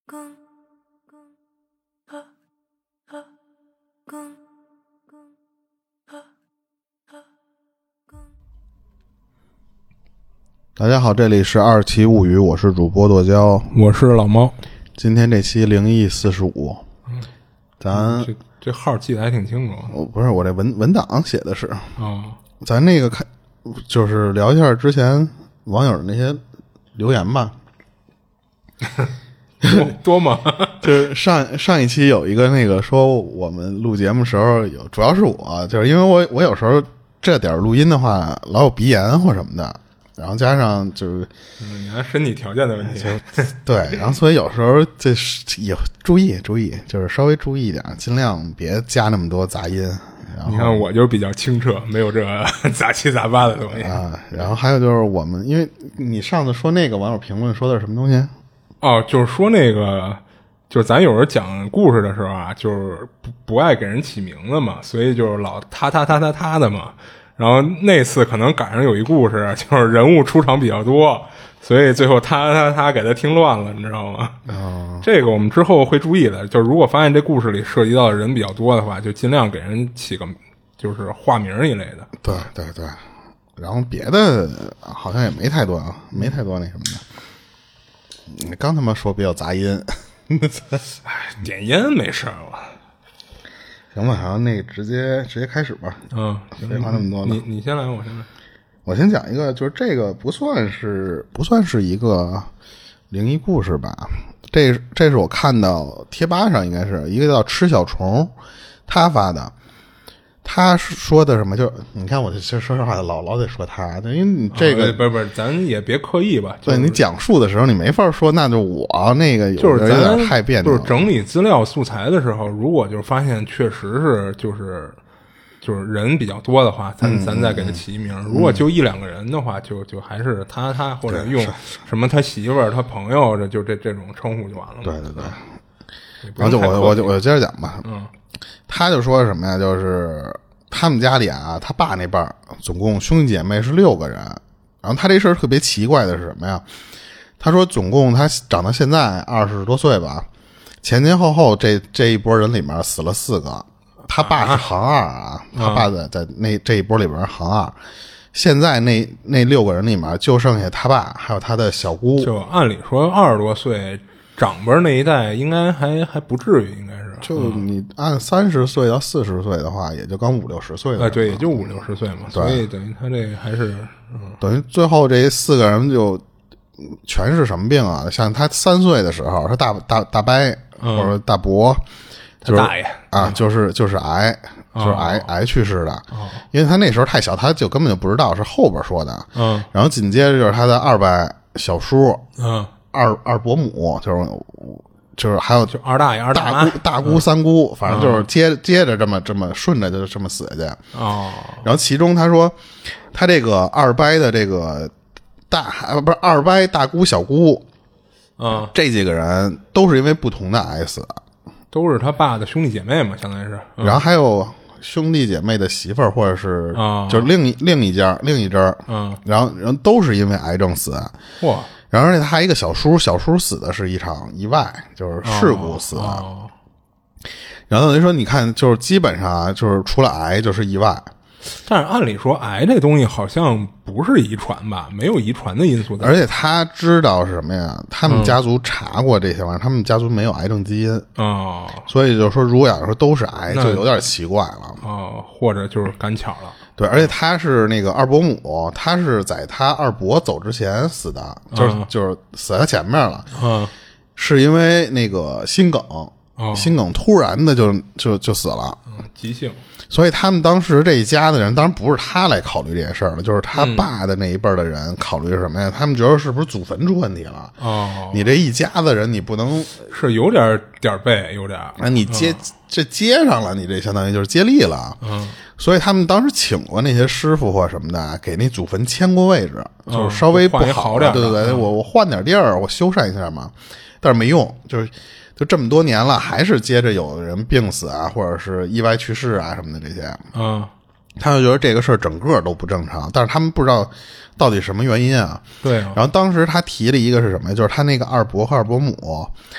大家好，这里是二期物语，我是主播剁椒， 我是老猫。 今天这期0E45，咱这号记得还挺清楚。 不是我这文档写的是哦， 咱那个看就是聊一下之前网友的那些留言吧。 多吗？ 就是上一期有一个那个说我们录节目时候有，主要是我就是因为我有时候这点录音的话老有鼻炎或什么的，然后加上就是你还身体条件的问题， 对，然后所以有时候这也注意，就是稍微注意一点，尽量别加那么多杂音。然后你看我就比较清澈，没有这杂七杂八的东西啊。然后还有就是我们，因为你上次说那个网友评论说的是什么东西？ 哦，就是说那个，就是咱有时候讲故事的时候啊，就是不爱给人起名字嘛，所以就是老他的嘛。然后那次可能赶上有一故事，就是人物出场比较多，所以最后他给他听乱了，你知道吗？这个我们之后会注意的，就是如果发现这故事里涉及到的人比较多的话，就尽量给人起个就是化名一类的。 对，然后别的好像也没太多啊，没太多那什么的。你刚他妈说比较杂音， 点烟没事吧？ 行吧，好像那个直接开始吧。废话那么多呢， 你先来， 我先讲一个，就是这个不算是一个灵异故事吧？这是我看到贴吧上应该是一个叫吃小虫他发的。他说的什么？就是你看，我说实话，老得说他，因为你这个不是，咱也别刻意吧。 对，你讲述的时候，你没法说，那就我那个就是有点太别扭。 就是整理资料素材的时候，如果就是发现确实是就是人比较多的话，咱再给他起一名。如果就一两个人的话，就还是他或者用什么他媳妇儿、他朋友，这种称呼就完了。 对。然后我就接着讲吧。他就说什么呀？就是他们家里啊，他爸那辈儿总共兄弟姐妹是6个人。然后他这事儿特别奇怪的是什么呀？他说总共他长到现在20多岁吧，前后这一波人里面死了4个。他爸是行2啊，他爸在这一波里边行2。现在那6个人里面就剩下他爸还有他的小姑。 就按理说20多岁长辈那一代应该还不至于，应该是。 就你按30岁到40岁的话，也就刚50-60岁了。 对，也就50-60岁嘛。所以等于他这还是等于最后这4个人就全是什么病啊？像他3岁的时候，他大伯或者大伯，就是大爷啊，就是癌，就是癌去世的。因为他那时候太小，他就根本就不知道，是后边说的。然后紧接着就是他的2伯小叔，二伯母，就是还有就二大爷、二大妈、 大姑、三姑，反正就是接着这么顺着就这么死下去。然后其中他说，他这个二伯的这个不是二伯、大姑、小姑，这几个人都是因为不同的癌死的， 都是他爸的兄弟姐妹嘛，相当于是。 然后还有兄弟姐妹的媳妇儿，或者是就是另一家，然后都是因为癌症死。 哇！ 然后而且他还一个小叔死的是一场意外，就是事故死的。然后等于说，你看，就是基本上啊，就是除了癌就是意外。 但是按理说，癌这东西好像不是遗传吧？没有遗传的因素在。 而且他知道是什么呀？他们家族查过这些玩意儿，他们家族没有癌症基因。所以就是说，如果要说都是癌，就有点奇怪了。 或者就是赶巧了。 对，而且他是那个二伯母，他是在他二伯走之前死的，就是死在他前面了。是因为那个心梗，心梗突然的就死了， 急性。 所以他们当时这一家的人，当然不是他来考虑这件事儿了，就是他爸的那一辈的人考虑什么呀？他们觉得是不是祖坟出问题了？你这一家子人，你不能是有点背，有点你接上了，你这相当于就是接力了。所以他们当时请过那些师傅或什么的，给那祖坟迁过位置，就是稍微不好点。 对，我换点地儿，我修缮一下嘛。但是没用，就这么多年了，还是接着有人病死啊，或者是意外去世啊什么的这些。他就觉得这个事儿整个都不正常，但是他们不知道到底什么原因啊。 对。 然后当时他提了一个是什么，就是他那个二伯和二伯母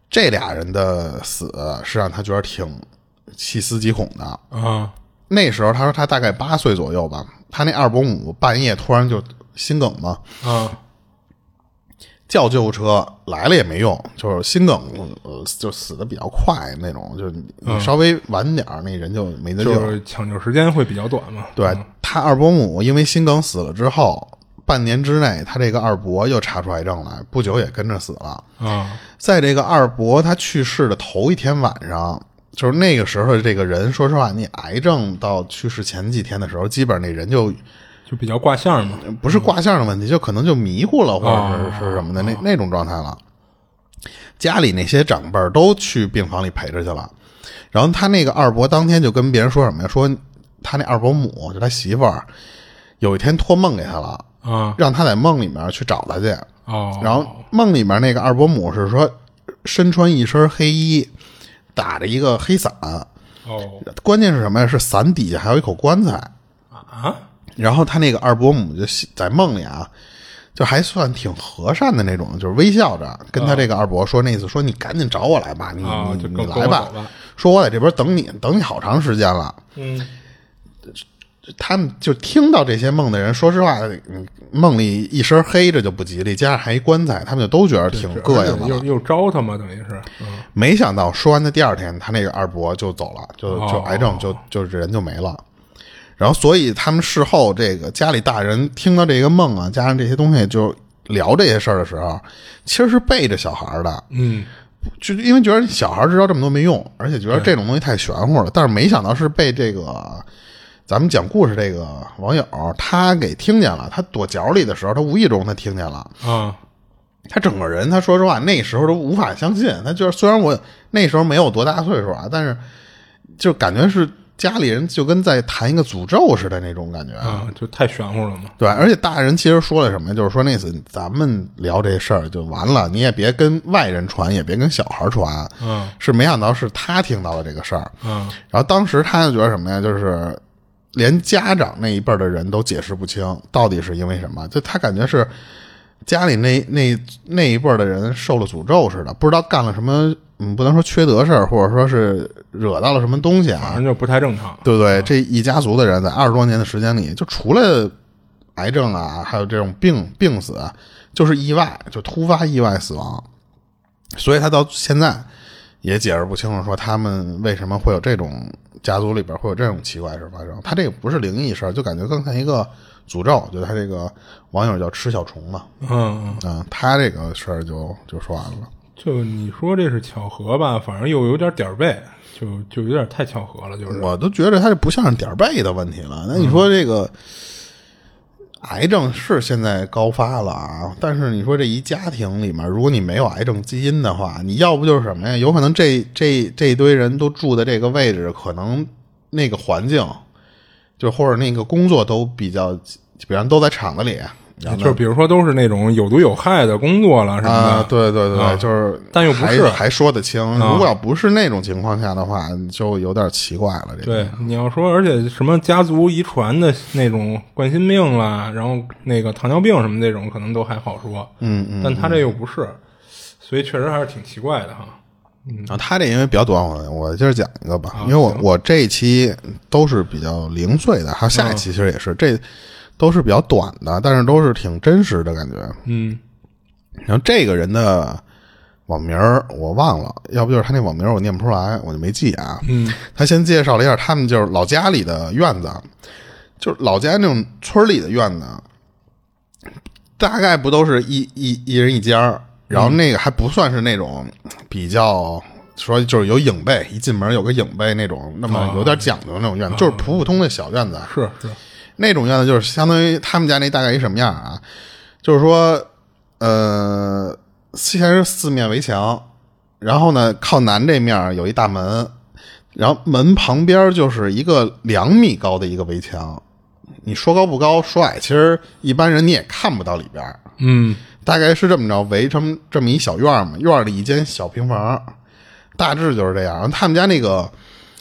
这俩人的死是让他觉得挺细思极恐的啊。 那时候他说他大概8岁左右吧，他那二伯母半夜突然就心梗嘛，叫救护车来了也没用，就是心梗就死的比较快那种，就是你稍微晚点那人就没得救， 就是抢救时间会比较短嘛。 对，他二伯母因为心梗死了之后，半年之内他这个二伯又查出癌症来，不久也跟着死了。在这个二伯他去世的头一天晚上，就是那个时候的这个人，说实话，你癌症到去世前几天的时候，基本上那人就比较挂相嘛， 不是挂相的问题，就可能就迷糊了，或者是什么的那种状态了。家里那些长辈都去病房里陪着去了，然后他那个二伯当天就跟别人说什么呀？说他那二伯母就他媳妇儿有一天托梦给他了，让他在梦里面去找他去。然后梦里面那个二伯母是说身穿一身黑衣，打着一个黑伞。关键是什么呀？是伞底下还有一口棺材啊。然后他那个二伯母就在梦里啊，就还算挺和善的那种，就是微笑着跟他这个二伯说，那意思说你赶紧找我来吧，你来吧，说我在这边等你好长时间了。他们就听到这些梦的人，说实话，梦里一身黑着就不吉利，加上还一棺材，他们就都觉得挺膈应的。 又招他嘛，等于是。 没想到说完的第二天，他那个二伯就走了，就癌症就人就没了。然后所以他们事后这个家里大人听到这个梦啊，加上这些东西就聊这些事儿的时候，其实是背着小孩的。就因为觉得小孩知道这么多没用，而且觉得这种东西太玄乎了，但是没想到是被这个咱们讲故事这个网友他给听见了，他躲脚里的时候他无意中他听见了他整个人他说实话那时候都无法相信，他就是虽然我那时候没有多大岁数啊，但是就感觉是家里人就跟在谈一个诅咒似的那种感觉就太玄乎了嘛。 对，而且大人其实说了什么，就是说那次咱们聊这事儿就完了，你也别跟外人传，也别跟小孩传。是没想到是他听到了这个事儿。然后当时他就觉得什么呀，就是连家长那一辈的人都解释不清到底是因为什么，就他感觉是家里那一辈的人受了诅咒似的，不知道干了什么不能说缺德事儿，或者说是惹到了什么东西啊， 反正就不太正常， 对不对？这一家族的人在20多年的时间里，就除了癌症啊，还有这种病死，就是意外，就突发意外死亡。所以他到现在也解释不清楚，说他们为什么会有这种家族里边会有这种奇怪事发生。他这个不是灵异事，就感觉更像一个诅咒。就他这个网友叫吃小虫嘛，他这个事儿就说完了。 就你说这是巧合吧，反正又有点点背，就有点太巧合了。就是我都觉得他这不像是点背的问题了。那你说这个癌症是现在高发了啊，但是你说这一家庭里面，如果你没有癌症基因的话，你要不就是什么呀？有可能这一堆人都住的这个位置，可能那个环境，就或者那个工作都比较，比方都在厂子里。 就比如说都是那种有毒有害的工作了什么的， 对对对，就是但又不是还说得清。如果要不是那种情况下的话，就有点奇怪了。这个对，你要说而且什么家族遗传的那种冠心病啦，然后那个糖尿病什么那种可能都还好说，但他这又不是，所以确实还是挺奇怪的哈。 他这因为比较短，我接着讲一个吧，因为我这一期都是比较零碎的，还有下一期其实也是这。都是比较短的，但是都是挺真实的感觉。然后这个人的网名我忘了，要不就是他那网名我念不出来，我就没记啊。他先介绍了一下他们就是老家里的院子，就是老家那种村里的院子，大概不都是一人一家，然后那个还不算是那种比较说就是有影背，一进门有个影背那种，那么有点讲究的那种院子，就是普普通的小院子。 是。 那种院子就是相当于他们家那大概一什么样啊？就是说，先是四面围墙，然后呢靠南这面有一大门，然后门旁边就是一个2米高的一个围墙。你说高不高，说矮，其实一般人你也看不到里边。大概是这么着，围成这么一小院嘛，院里一间小平房，大致就是这样。然后他们家那个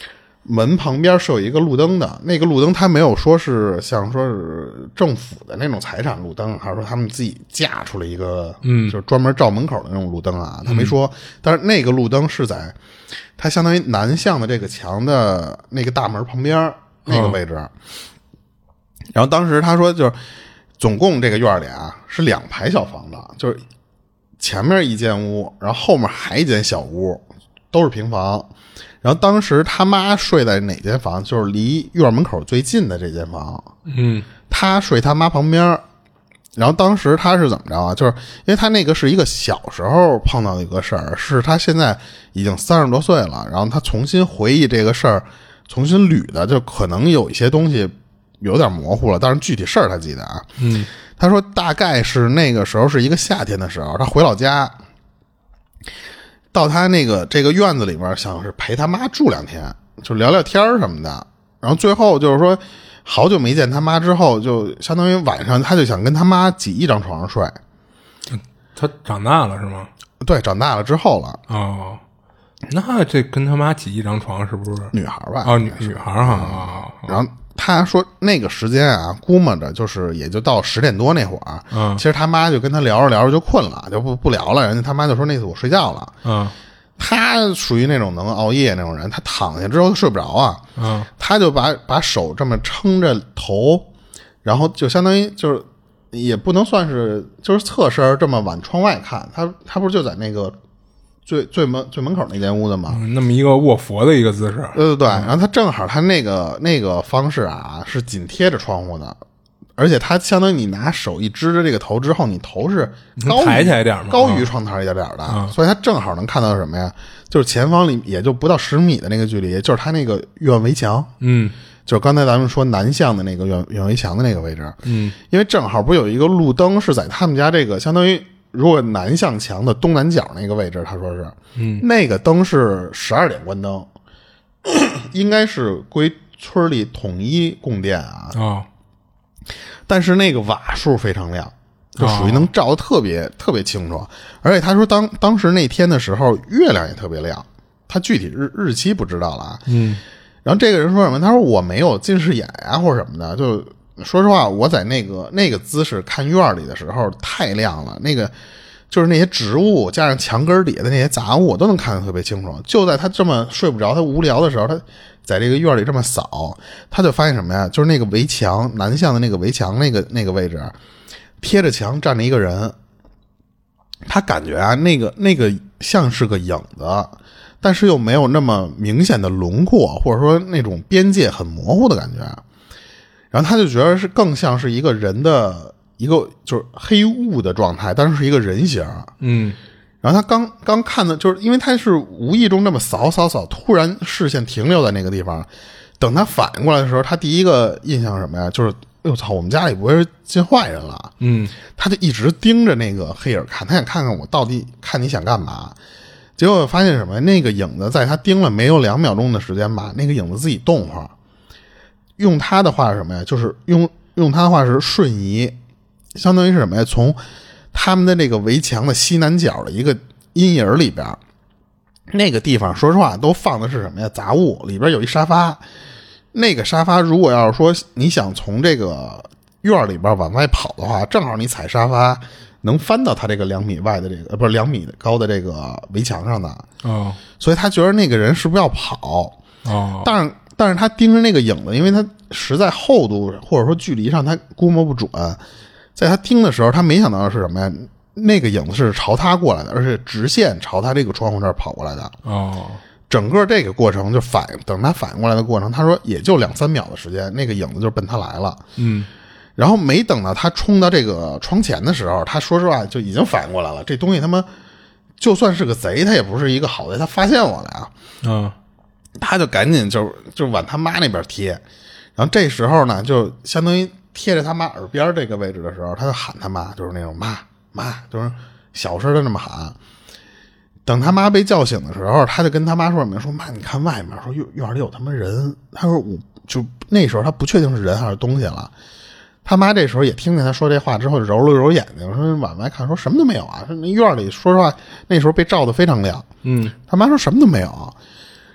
门旁边是有一个路灯的，那个路灯他没有说是像说是政府的那种财产路灯，还是说他们自己架出了一个就是专门照门口的那种路灯啊，他没说。但是那个路灯是在它相当于南向的这个墙的那个大门旁边那个位置。然后当时他说就是总共这个院里啊是2排小房子，就是前面一间屋，然后后面还一间小屋，都是平房。然后当时他妈睡在哪间房，就是离院门口最近的这间房。他睡他妈旁边。然后当时他是怎么着啊，就是因为他那个是一个小时候碰到的一个事儿，是他现在已经30多岁了，然后他重新回忆这个事儿，重新捋的，就可能有一些东西有点模糊了，但是具体事儿他记得啊。他说大概是那个时候是一个夏天的时候，他回老家，到他这个院子里面，想是陪他妈住2天，就聊聊天什么的。然后最后就是说好久没见他妈之后，就相当于晚上他就想跟他妈挤一张床上睡。 他长大了是吗？ 对，长大了之后了。 哦，那这跟他妈挤一张床是不是女孩吧？ 哦，女孩哈。 然后他说那个时间啊，估摸着就是也就到10点多那会儿。其实他妈就跟他聊着聊着就困了，就不聊了。人家他妈就说那次我睡觉了。他属于那种能熬夜那种人，他躺下之后他睡不着啊。他就把手这么撑着头，然后就相当于就是也不能算是就是侧身这么往窗外看。他不是就在那个最门口那间屋子吗？ 那么一个卧佛的一个姿势。 对。然后他正好他那个方式啊是紧贴着窗户的，而且他相当于你拿手一支着这个头之后，你头是抬起来点嘛， 高于窗台一点的。所以他正好能看到什么呀？就是前方里也就不到10米的那个距离，就是他那个院围墙。就是刚才咱们说南向的那个院围墙的那个位置。因为正好不有一个路灯是在他们家这个相当于如果南向墙的东南角那个位置，他说是那个灯是12点关灯，应该是归村里统一供电啊。但是那个瓦数非常亮，就属于能照得特别清楚。而且他说当时那天的时候月亮也特别亮，他具体日期不知道了啊。然后这个人说什么？他说我没有近视眼啊或者什么的，就说实话，我在那个姿势看院里的时候太亮了，那个就是那些植物加上墙根底的那些杂物我都能看得特别清楚。就在他这么睡不着他无聊的时候，他在这个院里这么扫，他就发现什么呀？就是那个围墙南向的那个围墙那个位置贴着墙站着一个人。他感觉啊那个像是个影子，但是又没有那么明显的轮廓，或者说那种边界很模糊的感觉。然后他就觉得是更像是一个人的一个就是黑雾的状态，但是是一个人形。然后他刚看的就是因为他是无意中这么扫，突然视线停留在那个地方。等他反应过来的时候，他第一个印象是什么呀？就是哎呦操，我们家里不会是进坏人了。他就一直盯着那个黑影看，他想看看我到底看你想干嘛。结果发现什么？那个影子在他盯了没有2秒钟的时间吧，那个影子自己动会儿。用他的话是什么呀？就是用他的话是瞬移，相当于是什么呀？从他们的这个围墙的西南角的一个阴影里边，那个地方说实话都放的是什么呀？杂物，里边有一沙发。那个沙发如果要是说你想从这个院里边往外跑的话，正好你踩沙发能翻到他这个2米外的这个不是2米高的这个围墙上的。所以他觉得那个人是不是要跑。但是他盯着那个影子，因为他实在厚度或者说距离上他估摸不准，在他盯的时候他没想到的是什么呀？那个影子是朝他过来的，而且直线朝他这个窗户这儿跑过来的。整个这个过程就等他反应过来的过程，他说也就2-3秒的时间，那个影子就奔他来了。然后没等到他冲到这个窗前的时候，他说实话就已经反应过来了，这东西他妈就算是个贼，他也不是一个好贼，他发现我了呀。他就赶紧就往他妈那边贴。然后这时候呢，就相当于贴着他妈耳边这个位置的时候，他就喊他妈，就是那种妈，就是小声的那么喊。等他妈被叫醒的时候，他就跟他妈说什么？说妈，你看外面，说院里有他妈人。他说我就那时候他不确定是人还是东西了。他妈这时候也听见他说这话之后，揉了揉眼睛，说往外看，说什么都没有啊。说那院里说实话那时候被照得非常亮。他妈说什么都没有。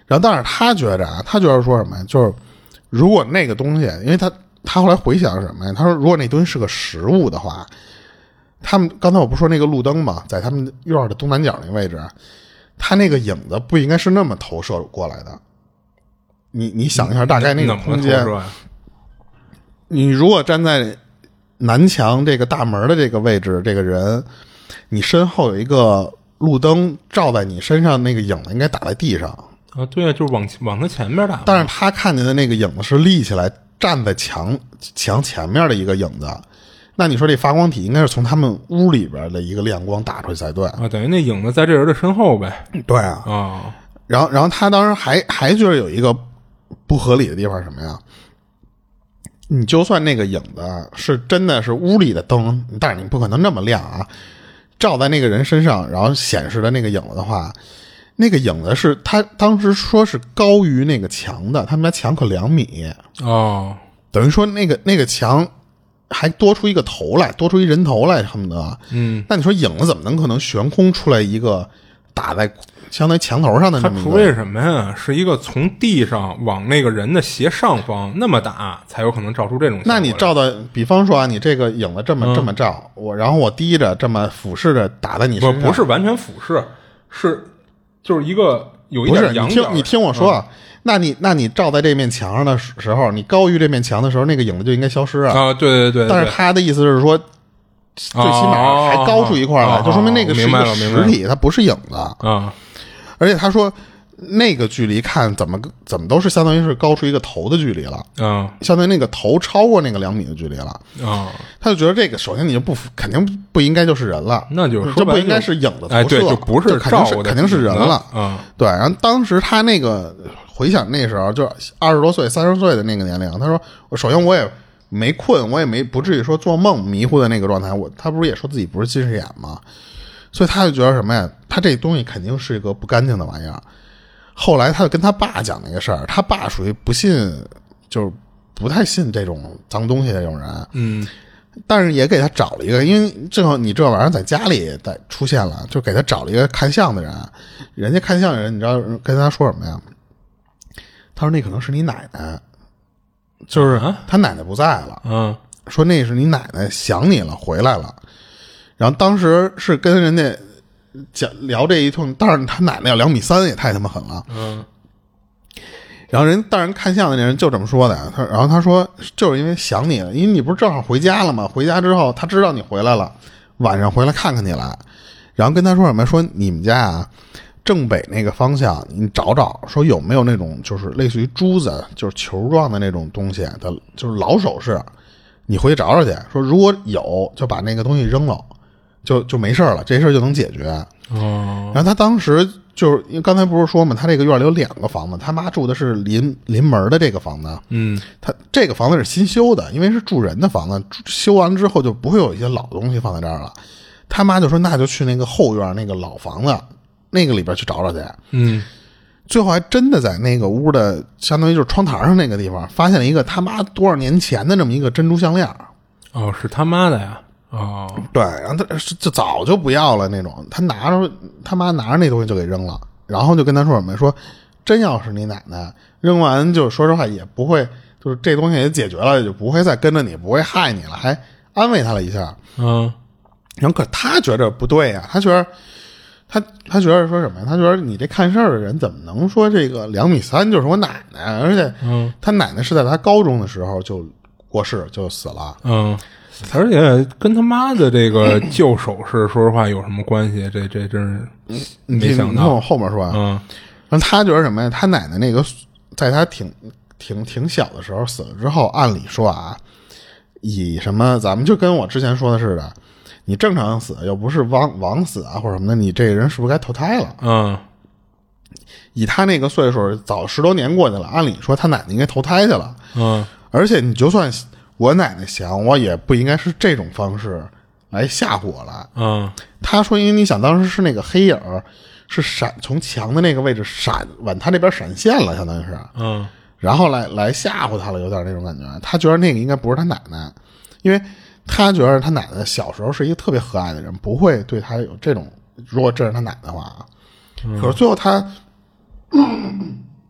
然后但是他觉着说什么呀，就是如果那个东西，因为他后来回想什么呀，他说如果那东西是个实物的话，他们刚才我不说那个路灯嘛，在他们院的东南角那位置，他那个影子不应该是那么投射过来的。你想一下，大概那个空间，你如果站在南墙这个大门的这个位置，这个人，你身后有一个路灯照在你身上，那个影子应该打在地上啊。对啊，就是往他前面打。 但是他看见的那个影子是立起来站在墙前面的一个影子。那你说这发光体应该是从他们屋里边的一个亮光打出去才对啊，等于那影子在这人的身后呗。 对啊， 啊， 然后他当时还觉得有一个不合理的地方是什么呀？你就算那个影子是真的是屋里的灯，但是你不可能那么亮啊，照在那个人身上，然后显示的那个影子的话，那个影子是他当时说是高于那个墙的，他们家墙可2米哦， 等于说那个墙还多出一个头来，多出一人头来，恨不得。那你说影子怎么能可能悬空出来一个打在相当于墙头上的那么一个？ 它除非什么呀？是一个从地上往那个人的斜上方那么打，才有可能照出这种效果。 那你照的，比方说啊，你这个影子这么照，然后我低着这么俯视着打在你身上， 不是完全俯视，是就是一个有一点仰角。 你听我说啊。那你照在这面墙上的时候，你高于这面墙的时候，那个影子就应该消失啊！ 啊，对。 但是他的意思是说，最起码还高出一块来，就说明那个是一个实体，它不是影子啊。 而且他说，那个距离看怎么都是相当于是高出一个头的距离了啊， 相当于那个头超过那个2米的距离了啊。 他就觉得这个，首先你就肯定不应该就是人了， 那就是这不应该是影子投射， 对，就不是肯定是人了啊。 对，然后当时他那个。回想那时候就20多岁30岁的那个年龄，他说首先我也没困，我也不至于说做梦迷糊的那个状态，他不是也说自己不是近视眼吗？所以他就觉得什么呀，他这东西肯定是一个不干净的玩意儿。后来他就跟他爸讲那个事儿，他爸属于不信，就是不太信这种脏东西的这种人，但是也给他找了一个，因为正好你这玩意儿在家里出现了，就给他找了一个看相的人，人家看相的人你知道跟他说什么呀？他说那可能是你奶奶，就是他奶奶不在了，说那是你奶奶想你了回来了，然后当时是跟人家聊这一通，但是他奶奶要2.3米也太他妈狠了，然后当然看相的那人就这么说的，然后他说就是因为想你了，因为你不是正好回家了吗？回家之后他知道你回来了，晚上回来看看你来，然后跟他说什么？说你们家啊。正北那个方向你找找，说有没有那种就是类似于珠子就是球状的那种东西的，就是老首饰，你回去找找去，说如果有就把那个东西扔了，就没事了，这事就能解决。然后他当时就是因为刚才不是说嘛，他这个院里有2个房子，他妈住的是临门的这个房子，他这个房子是新修的，因为是住人的房子，修完之后就不会有一些老东西放在这儿了。他妈就说那就去那个后院那个老房子那个里边去找找去，最后还真的在那个屋的相当于就是窗台上那个地方发现了一个他妈多少年前的这么一个珍珠项链。 哦，是他妈的呀？哦， 对，然后他就早就不要了那种，他妈拿着那东西就给扔了，然后就跟他说什么，说真要是你奶奶扔完，就说实话也不会，就是这东西也解决了，也就不会再跟着你，不会害你了，还安慰他了一下。然后可他觉得不对呀，他觉得说什么呀？他觉得你这看事儿的人怎么能说这个2.3米就是我奶奶？而且，他奶奶是在他高中的时候就过世就死了。 而且跟他妈的这个旧首饰，说实话有什么关系？这真是没想到。 你听我后面说啊。然后他觉得什么呀？他奶奶那个在他挺小的时候死了之后，按理说啊，以什么咱们就跟我之前说的似的。你正常死又不是枉死啊或者什么的，你这个人是不是该投胎了？以他那个岁数，早10多年过去了，按理说他奶奶应该投胎去了。而且你就算我奶奶想，我也不应该是这种方式来吓唬我了。他说，因为你想当时是那个黑影是从墙的那个位置往他这边闪现了，相当于是。然后来吓唬他了，有点那种感觉。他觉得那个应该不是他奶奶，因为。他觉得他奶奶小时候是一个特别和蔼的人，不会对他有这种，如果这是他奶奶的话。可是最后他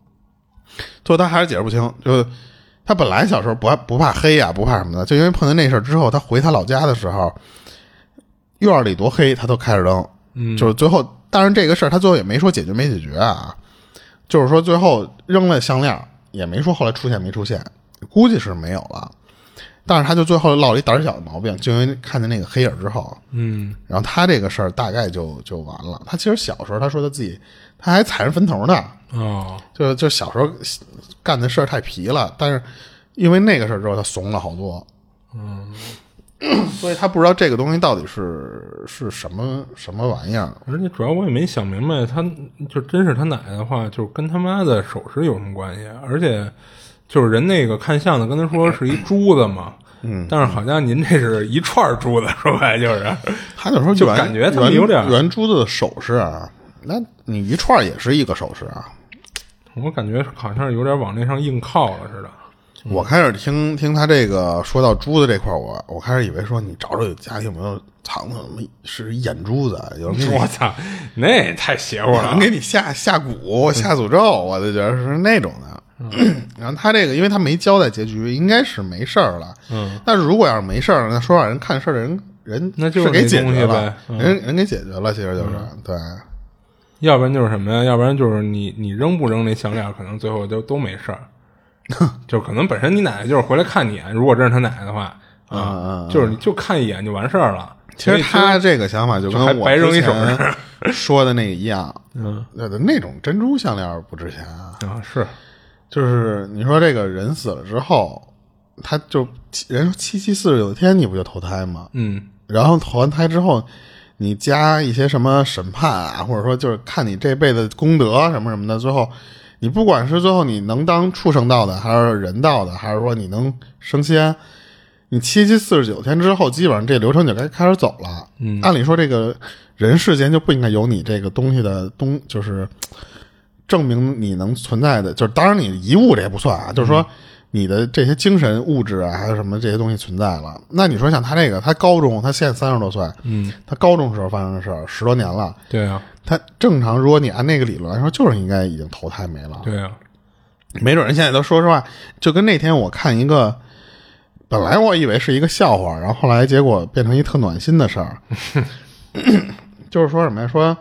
最后他还是解释不清，就他本来小时候不怕黑呀，不怕什么的，就因为碰见那事儿之后，他回他老家的时候，院里多黑他都开着灯，就是最后，当然这个事儿他最后也没说解决没解决啊，就是说最后扔了项链，也没说后来出现没出现，估计是没有了。但是他就最后落了一胆小的毛病，就因为看见那个黑影之后，然后他这个事儿大概就完了。他其实小时候他说他自己他还踩人坟头呢，就小时候干的事儿太皮了，但是因为那个事儿之后他怂了好多，所以他不知道这个东西到底是什么玩意儿。 而且主要我也没想明白，他就真是他奶的话，就是跟他妈的首饰有什么关系？而且就是人那个看相的跟他说是一珠子嘛，但是好像您这是一串珠子，说白就是他就说就感觉他们有点圆珠子的首饰啊，那你一串也是一个首饰啊。 我感觉好像有点往那上硬靠了似的。 我开始听他这个说到珠子这块，我开始以为说你找有家里有没有藏的是眼珠子，有人给你我操，那也太邪乎了， 有人给你下蛊下诅咒，我就觉得是那种的。然后他这个因为他没交代结局，应该是没事儿了。但是如果要是没事儿，那说让人看事儿的人那就是给解决了， 人给解决了，其实就是对。 要不然就是什么呀？要不然就是你扔不扔那项链，可能最后都没事儿。就可能本身你奶奶就是回来看你眼，如果真是他奶奶的话就是你就看一眼就完事儿了。 其实他这个想法就跟我之前说的那个一样，那种珍珠项链不值钱啊。 是， 就是你说这个人死了之后，他就人说749天你不就投胎吗？然后投完胎之后，你加一些什么审判啊，或者说就是看你这辈子功德什么什么的，最后你不管是最后你能当畜生道的，还是人道的，还是说你能升仙，你749天之后，基本上这流程就该开始走了。按理说这个人世间就不应该有你这个东西的就是证明你能存在的，就是当然你遗物这也不算啊，就是说你的这些精神物质啊，还有什么这些东西存在了。那你说像他这个，他高中，他现在30多岁，他高中时候发生的事儿10多年了， 对啊， 他正常，如果你按那个理论来说，就是应该已经投胎没了。 对啊， 没准人现在都说实话，就跟那天我看一个，本来我以为是一个笑话，然后后来结果变成一特暖心的事儿，就是说什么呀？说，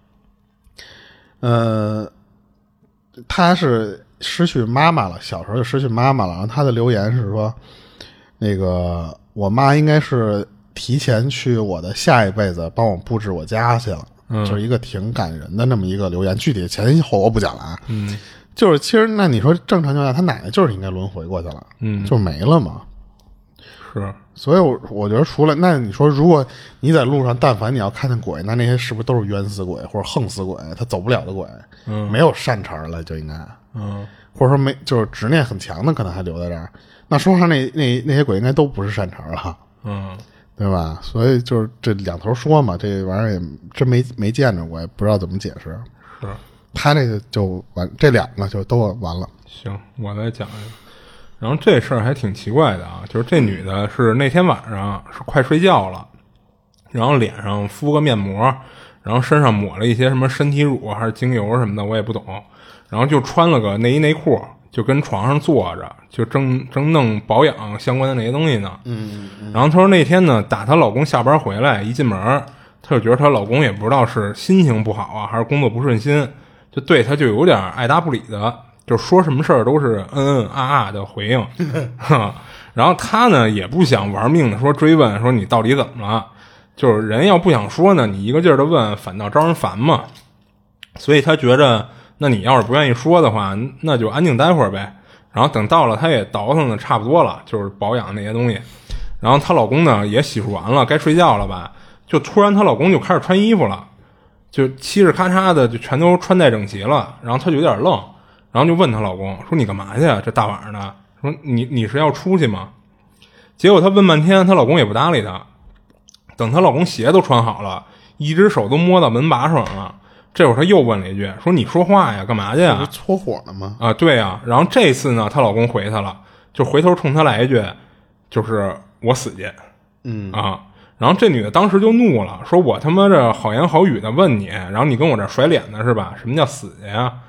他是失去妈妈了，小时候就失去妈妈了。然后他的留言是说，那个我妈应该是提前去我的下一辈子帮我布置我家去了，就是一个挺感人的那么一个留言。具体前因后果不讲了啊，就是其实那你说正常情况下，他奶奶就是应该轮回过去了，就没了嘛。 是， 所以我觉得除了那你说，如果你在路上，但凡你要看见鬼，那些是不是都是冤死鬼或者横死鬼，他走不了的鬼？没有善茬了就应该，或者说没就是执念很强的，可能还留在这儿。那说上那些鬼应该都不是善茬了，对吧？所以就是这两头说嘛，这玩意儿也真没见着过，也不知道怎么解释。 是， 他这个就完，这两个就都完了。 行，我再讲一个。然后这事儿还挺奇怪的啊，就是这女的是那天晚上是快睡觉了，然后脸上敷个面膜，然后身上抹了一些什么身体乳还是精油什么的，我也不懂，然后就穿了个内衣内裤，就跟床上坐着，就正弄保养相关的那些东西呢。然后她说那天呢，打她老公下班回来，一进门，她就觉得她老公也不知道是心情不好啊，还是工作不顺心，就对她就有点爱答不理的。就说什么事儿都是的回应，然后他呢也不想玩命的说追问说你到底怎么了，就是人要不想说呢，你一个劲儿的问反倒招人烦嘛，所以他觉着那你要是不愿意说的话，那就安静待会儿呗。然后等到了他也倒腾的差不多了，就是保养那些东西，然后她老公呢也洗漱完了该睡觉了吧，就突然她老公就开始穿衣服了，就嘁哧咔嚓的就全都穿戴整齐了，然后她就有点愣，然后就问她老公说你干嘛去啊，这大晚上的，说你是要出去吗？结果她问半天她老公也不搭理她，等她老公鞋都穿好了，一只手都摸到门把上了，这会儿她又问了一句说你说话呀干嘛去呀？ 不是搓火了吗？ 啊对啊，然后这次呢她老公回她了，就回头冲她来一句就是我死去。然后这女的当时就怒了，说我他妈这好言好语的问你，然后你跟我这甩脸呢是吧？什么叫死去呀？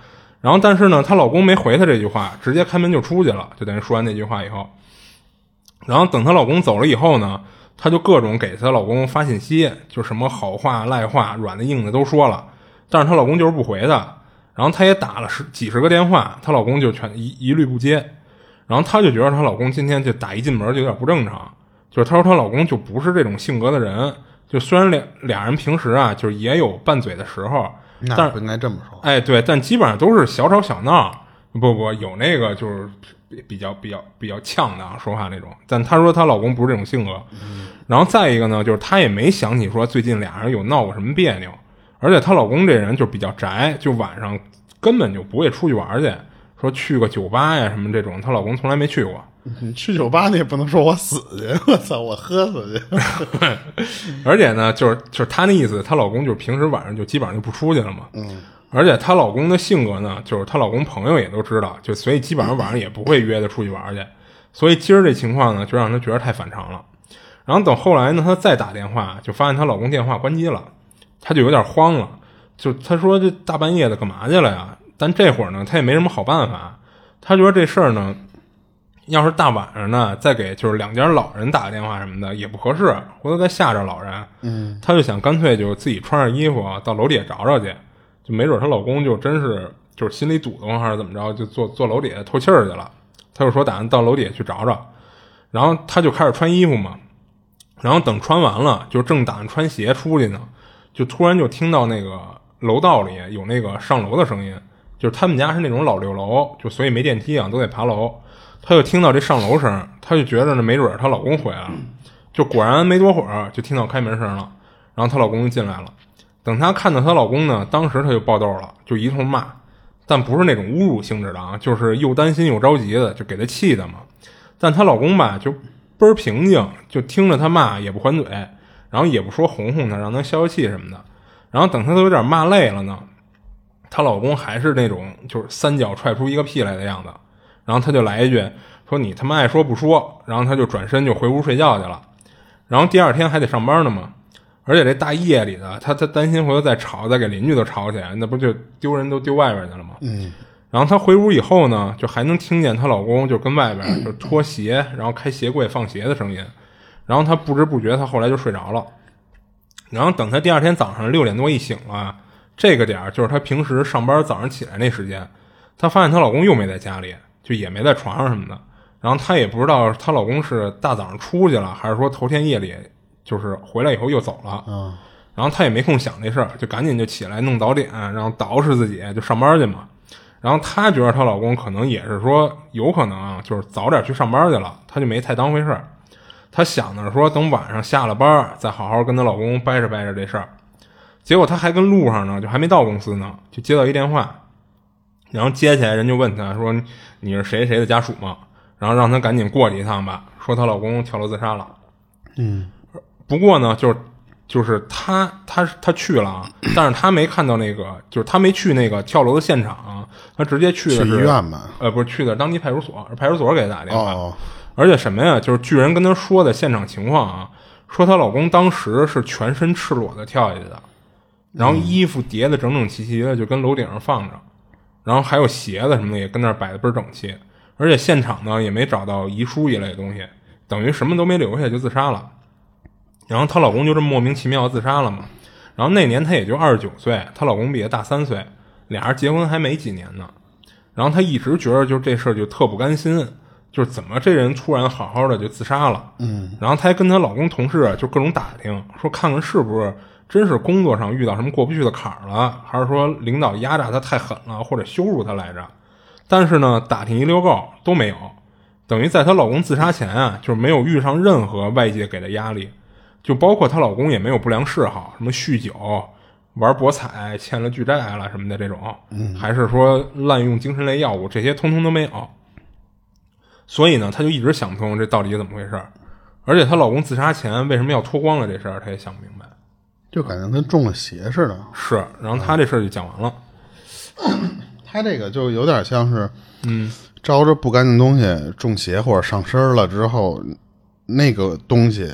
然后但是呢，她老公没回她这句话，直接开门就出去了，就等于说完那句话以后。然后等她老公走了以后呢，她就各种给她老公发信息，就什么好话赖话软的硬的都说了，但是她老公就是不回她。然后她也打了几十个电话，她老公就全一律不接。然后她就觉得她老公今天就打一进门就有点不正常，就是她说她老公就不是这种性格的人，就虽然俩人平时啊就是也有拌嘴的时候，但不应该这么说。 哎，对，但基本上都是小吵小闹，不有那个就是比较呛的说话那种。但她说她老公不是这种性格。然后再一个呢，就是她也没想起说最近俩人有闹过什么别扭，而且她老公这人就比较宅，就晚上根本就不会出去玩去，说去个酒吧呀什么这种，她老公从来没去过。 你去酒吧你也不能说我死去，我操，我喝死去。 而且呢，就是她那意思，她老公就是平时晚上就基本上就不出去了嘛。而且她老公的性格呢，就是她老公朋友也都知道，就所以基本上晚上也不会约她出去玩去。所以今儿这情况呢，就让她觉得太反常了。然后等后来呢，她再打电话，就发现她老公电话关机了，她就有点慌了。就她说这大半夜的干嘛去了呀？但这会儿呢，她也没什么好办法。她觉得这事儿呢，要是大晚上呢，再给就是两家老人打个电话什么的也不合适，回头再吓着老人。她就想干脆就自己穿上衣服到楼底下找找去，就没准她老公就真是就是心里堵得慌还是怎么着，就坐楼底下透气儿去了。她就说打算到楼底下去找找，然后她就开始穿衣服嘛。然后等穿完了，就正打算穿鞋出去呢，就突然就听到那个楼道里有那个上楼的声音，就是他们家是那种老六楼，就所以没电梯啊，都得爬楼。她就听到这上楼声，她就觉得呢没准她老公回来了，就果然没多会儿就听到开门声了，然后她老公就进来了。等她看到她老公呢，当时她就爆痘了，就一通骂，但不是那种侮辱性质的啊，就是又担心又着急的，就给她气的嘛。但她老公吧就倍儿平静，就听着她骂也不还嘴，然后也不说哄哄她让她消消气什么的。然后等她都有点骂累了呢，她老公还是那种就是三脚踹出一个屁来的样子，然后她就来一句说你他妈爱说不说，然后她就转身就回屋睡觉去了。然后第二天还得上班呢嘛，而且这大夜里的她担心回头再吵再给邻居都吵起来，那不就丢人都丢外边去了吗？然后她回屋以后呢，就还能听见她老公就跟外边就脱鞋然后开鞋柜放鞋的声音。然后她不知不觉她后来就睡着了。然后等她第二天早上6点多一醒了，这个点就是她平时上班早上起来那时间，她发现她老公又没在家里，就也没在床上什么的。然后她也不知道她老公是大早上出去了，还是说头天夜里就是回来以后又走了。然后她也没空想这事儿，就赶紧就起来弄早点，然后捯饬自己就上班去嘛。然后她觉得她老公可能也是说有可能啊，就是早点去上班去了，她就没太当回事儿。她想的是说等晚上下了班再好好跟她老公掰扯掰扯这事儿。结果她还跟路上呢，就还没到公司呢，就接到一电话，然后接起来人就问她说你是谁谁的家属吗？然后让她赶紧过去一趟吧，说她老公跳楼自杀了。不过呢就是她去了啊，但是她没看到那个，就是她没去那个跳楼的现场啊，她直接去的是医院吧？ 不是去的当地派出所，派出所给她打电话。而且什么呀，就是据人跟她说的现场情况啊，说她老公当时是全身赤裸的跳下去的，然后衣服叠得整整齐齐的就跟楼顶上放着，然后还有鞋子什么的也跟那儿摆得倍儿整齐。而且现场呢也没找到遗书一类的东西，等于什么都没留下就自杀了。然后她老公就这么莫名其妙自杀了嘛。然后那年她也就29岁，她老公比她大3岁，俩人结婚还没几年呢。然后她一直觉得就这事儿就特不甘心，就是怎么这人突然好好的就自杀了。然后她还跟她老公同事就各种打听，说看看是不是真是工作上遇到什么过不去的坎儿了，还是说领导压榨她太狠了，或者羞辱她来着。但是呢打听一溜够都没有，等于在她老公自杀前啊，就是没有遇上任何外界给的压力，就包括她老公也没有不良嗜好，什么酗酒、玩博彩、欠了巨债了什么的这种，还是说滥用精神类药物，这些通通都没有。所以呢她就一直想不通这到底怎么回事。而且她老公自杀前为什么要脱光了这事儿她也想不明白， 就感觉跟中了邪似的。 是，然后她这事儿就讲完了。 他这个就有点像是招着不干净东西中邪或者上身了之后，那个东西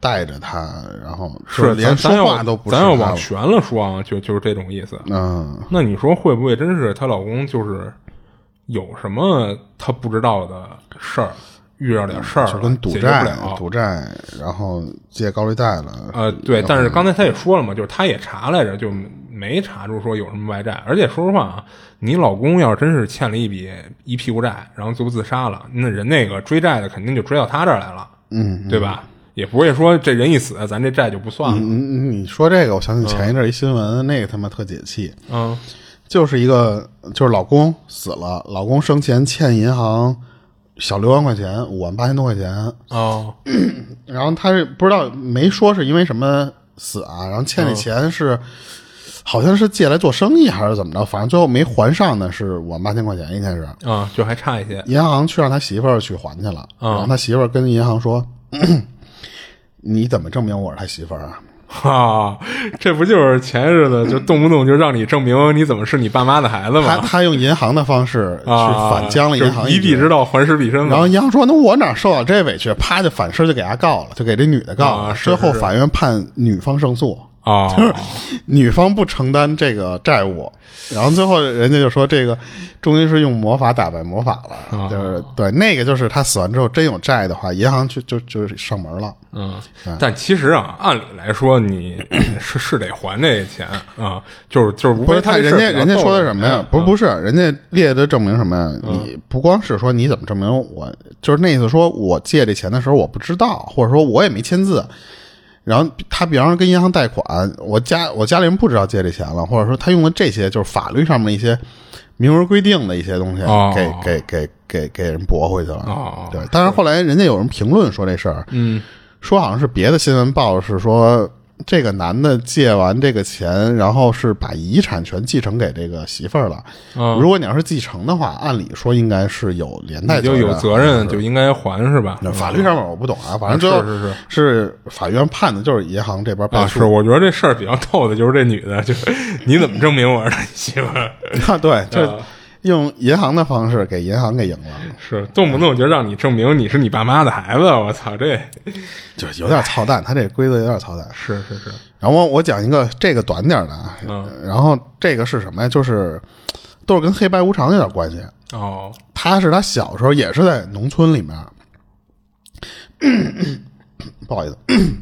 带着他，然后是连说话都不是。 咱要往悬了说啊，就是这种意思。那你说会不会真是她老公就是有什么她不知道的事儿？遇到点事儿， 就跟赌债，然后借高利贷了。 对，但是刚才他也说了嘛，就是他也查来着，就没查出说有什么外债。而且说实话啊，你老公要真是欠了一屁股债，然后就自杀了，那人那个追债的肯定就追到他这儿来了，对吧？也不会说这人一死，咱这债就不算了。 你说这个，我想起前一阵一新闻，那个他妈特解气。就是老公死了，老公生前欠银行小6万块钱，58000多块钱然后他是不知道没说是因为什么死啊，然后欠的钱是好像是借来做生意还是怎么着，反正最后没还上的是58000块钱，应该是就还差一些。 银行去让他媳妇儿去还去了，然后他媳妇儿跟银行说你怎么证明我是他媳妇儿啊？ 这不就是前日子就动不动就让你证明你怎么是你爸妈的孩子吗？ 他用银行的方式去反将了银行一弊之道还施彼身嘛。 然后银行说：“那我哪受到这委屈？”啪就反身就给他告了，就给这女的告了。最后法院判女方胜诉就是女方不承担这个债务。然后最后人家就说这个终于是用魔法打败魔法了，就是对那个就是他死完之后真有债的话，银行就上门了。 但其实啊，按理来说你是得还这钱啊，就是无非他人家说的什么呀？不是，人家列的证明什么呀？你不光是说你怎么证明我，就是那意思说我借这钱的时候我不知道，或者说我也没签字。然后他比方说跟银行贷款，我家里人不知道借这钱了，或者说他用的这些就是法律上面一些明文规定的一些东西，给人驳回去了。对，但是后来人家有人评论说这事儿，说好像是别的新闻报是说这个男的借完这个钱，然后是把遗产全继承给这个媳妇儿了。如果你要是继承的话，按理说应该是有连带责任， 就有责任就应该还是吧？ 法律上面我不懂啊，反正最后是法院判的就是银行这边败诉。 是，我觉得这事儿比较逗的就是这女的，就是你怎么证明我是他媳妇儿？ 对，就用银行的方式给银行给赢了， 是动不动就让你证明你是你爸妈的孩子，我操，这就是有点操蛋，他这规则有点操蛋。 是。 然后我讲一个这个短点的，然后这个是什么呀？就是都是跟黑白无常有点关系。他是他小时候也是在农村里面，不好意思。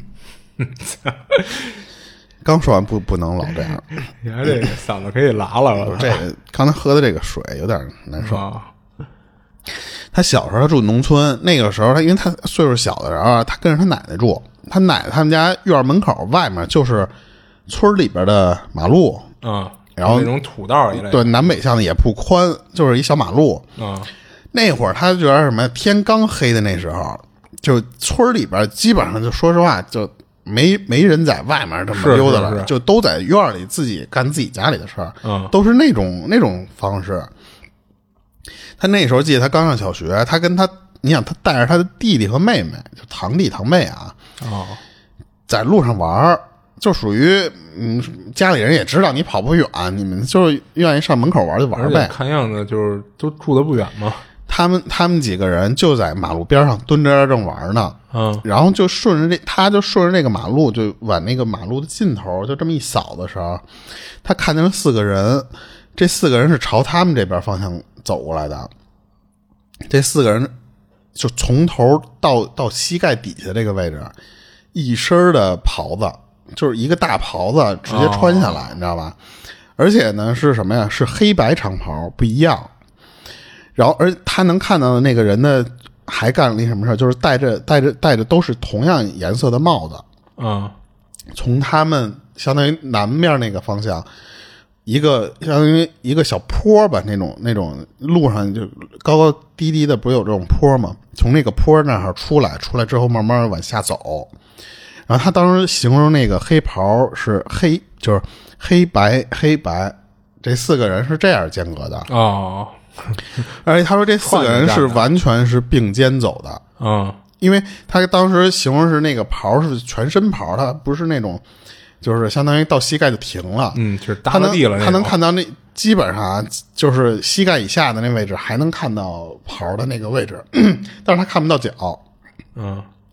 刚说完不能老这样， 你还这嗓子可以拉了。 这个刚才喝的这个水有点难受。他小时候他住农村，那个时候他因为他岁数小的时候，他跟着他奶奶住，他奶奶他们家院门口外面就是村里边的马路，然后那种土道一类的， 对，南北向的也不宽，就是一小马路。那会儿他觉得什么天刚黑的那时候，就村里边基本上就说实话就没人在外面这么溜达了，就都在院里自己干自己家里的事儿，都是那种方式。他那时候记得他刚上小学，你想他带着他的弟弟和妹妹，就堂弟堂妹啊，在路上玩，就属于家里人也知道你跑不远，你们就是愿意上门口玩就玩呗。 看样子就是都住得不远嘛。 他们几个人就在马路边上蹲着正玩呢，然后就他就顺着这个马路就往那个马路的尽头就这么一扫的时候，他看见了4个人，这4个人是朝他们这边方向走过来的。这4个人就从头到膝盖底下这个位置，一身的袍子，就是一个大袍子直接穿下来，你知道吧？而且呢是什么呀？是黑白长袍不一样。然后而他能看到的那个人呢，还干了一什么事，就是戴着都是同样颜色的帽子。从他们相当于南面那个方向，一个相当于一个小坡吧，那种路上就高高低低的，不是有这种坡吗？从那个坡那儿出来之后慢慢往下走。然后他当时形容那个黑袍是黑，就是黑白，这4个人是这样间隔的。而且他说这4个人是完全是并肩走的。因为他当时形容是那个袍是全身袍，他不是那种就是相当于到膝盖就停了， 就是搭了地了。 他能看到那基本上就是膝盖以下的那位置还能看到袍的那个位置，但是他看不到脚。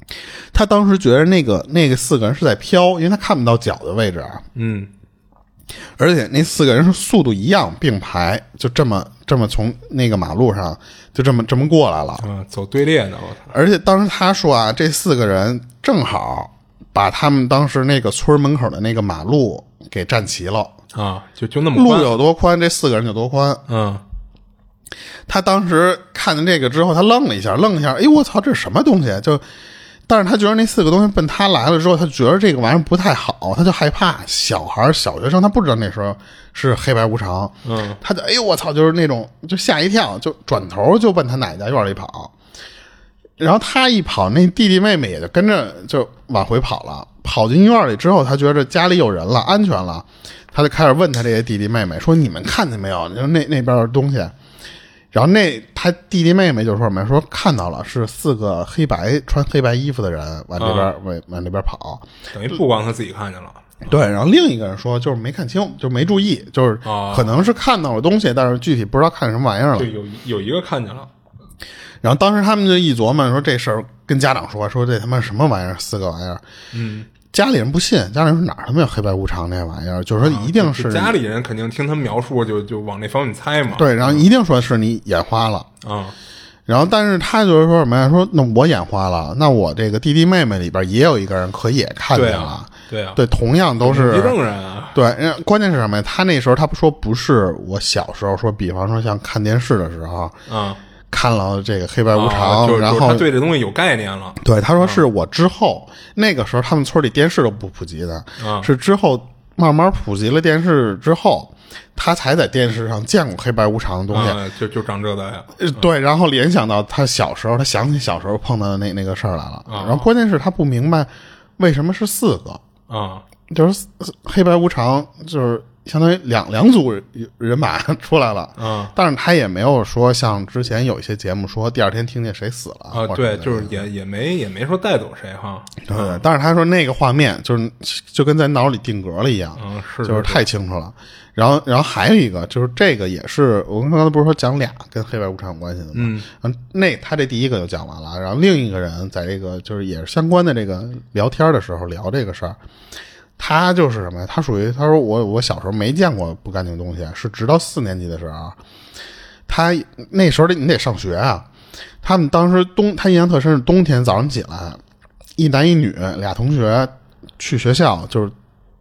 他当时觉得那个4个人是在飘，因为他看不到脚的位置啊。而且那4个人是速度一样并排，就这么从那个马路上就这么过来了。 走队列呢。 而且当时他说啊，这4个人正好把他们当时那个村门口的那个马路给占齐了啊，就那么宽， 路有多宽，这4个人就多宽。他当时看见这个之后，他愣了一下，哎，我操，这是什么东西？但是他觉得那4个东西奔他来了之后，他觉得这个玩意儿不太好，他就害怕。小孩小学生他不知道那时候是黑白无常，他就哎呦我操，就是那种就吓一跳，就转头就奔他奶奶家院里跑。然后他一跑，那弟弟妹妹也就跟着就往回跑了。跑进院里之后，他觉得家里有人了，安全了，他就开始问他这些弟弟妹妹说：“你们看见没有？就那边的东西。”然后他弟弟妹妹就说什么说看到了，是4个穿黑白衣服的人往这边、往那边跑， 等于不光他自己看见了。 对，然后另一个人说就是没看清，就没注意，就是可能是看到了东西，但是具体不知道看什么玩意儿了。 对，有一个看见了。 然后当时他们就一琢磨说这事儿跟家长说这他妈什么玩意儿，4个玩意儿。家里人不信，家里人说哪儿他妈有黑白无常这玩意儿，就是说一定是、 家里人肯定听他描述就往那方面猜嘛。 对，然后一定说是你眼花了然后但是他就是说什么呀？说那我眼花了，那我这个弟弟妹妹里边也有一个人可也看见了。对，同样都是证人啊。 对，关键是什么呀？他那时候他说不是我小时候说，比方说像看电视的时候看了这个黑白无常，然后他对这东西有概念了。 对，他说是我之后那个时候他们村里电视都不普及的，是之后慢慢普及了电视之后，他才在电视上见过黑白无常的东西。就长这的呀。 对，然后联想到他小时候，他想起小时候碰到的那个事儿来了。然后关键是他不明白为什么是4个就是黑白无常就是相当于两组人马出来了，但是他也没有说像之前有一些节目说第二天听见谁死了对，就是也没说带走谁哈。 对，但是他说那个画面就跟在脑里定格了一样，就是太清楚了。然后还有一个就是这个也是我刚才不是说讲俩跟黑白无常有关系的吗？他这第一个就讲完了，然后另一个人在这个就是也是相关的这个聊天的时候聊这个事儿。他就是什么呀？他属于他说我小时候没见过不干净的东西，是直到4年级的时候，他那时候你得上学啊。他们当时他印象特深是冬天早上起来，一男一女俩同学去学校，就是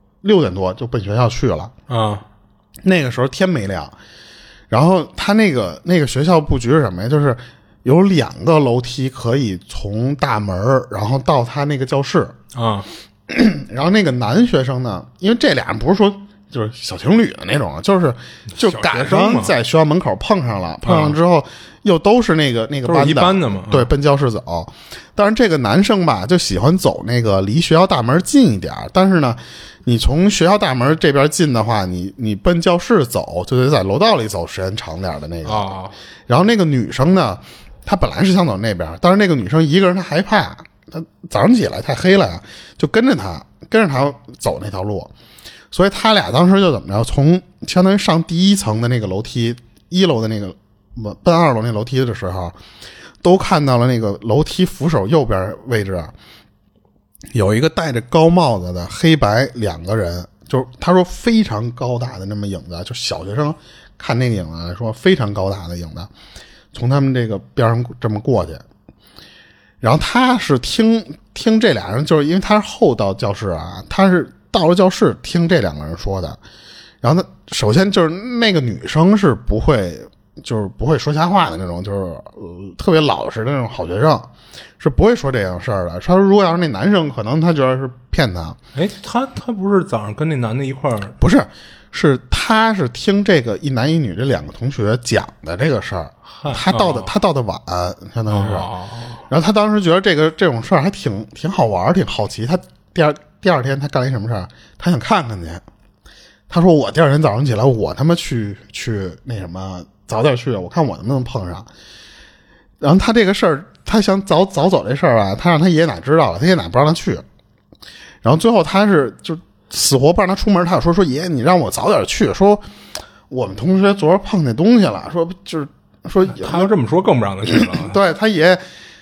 6点多就奔学校去了那个时候天没亮，然后他那个学校布局是什么呀？就是有2个楼梯可以从大门然后到他那个教室然后那个男学生呢，因为这俩人不是说就是小情侣的那种，就赶上在学校门口碰上了，碰上之后又都是那个班的， 一般的嘛， 对，奔教室走。但是这个男生吧，就喜欢走那个离学校大门近一点，但是呢，你从学校大门这边进的话，你奔教室走就得在楼道里走时间长点的那个。然后那个女生呢，她本来是想走那边，但是那个女生一个人她害怕。他早上起来太黑了呀，就跟着他走那条路，所以他俩当时就怎么着，从相当于上第1层的那个楼梯，1楼的那个奔2楼那楼梯的时候，都看到了那个楼梯扶手右边位置有一个戴着高帽子的黑白2个人，就是他说非常高大的那么影子，就小学生看那个影子来说非常高大的影子，从他们这个边上这么过去。然后他是听这俩人，就是因为他是后到教室啊，他是到了教室听这2个人说的。然后他首先就是那个女生是不会说瞎话的那种，就是特别老实的那种好学生，是不会说这样事儿的。他说如果要是那男生，可能他觉得是骗他。 他不是早上跟那男的一块儿？ 不是，是他是听这个一男一女这2个同学讲的这个事儿。他到的晚，相当于是，然后他当时觉得这种事儿还挺好玩，挺好奇。他第二天他干了一什么事儿？他想看看去。他说我第2天早上起来，我他妈去那什么早点去，我看我能不能碰上。然后他这个事儿，他想早走这事儿吧，他让他爷爷奶知道了，他爷爷奶不让他去。然后最后他是就死活不让他出门，他说爷爷你让我早点去，说我们同学昨儿碰见东西了，说就是。说他要这么说更不让他去了对他爷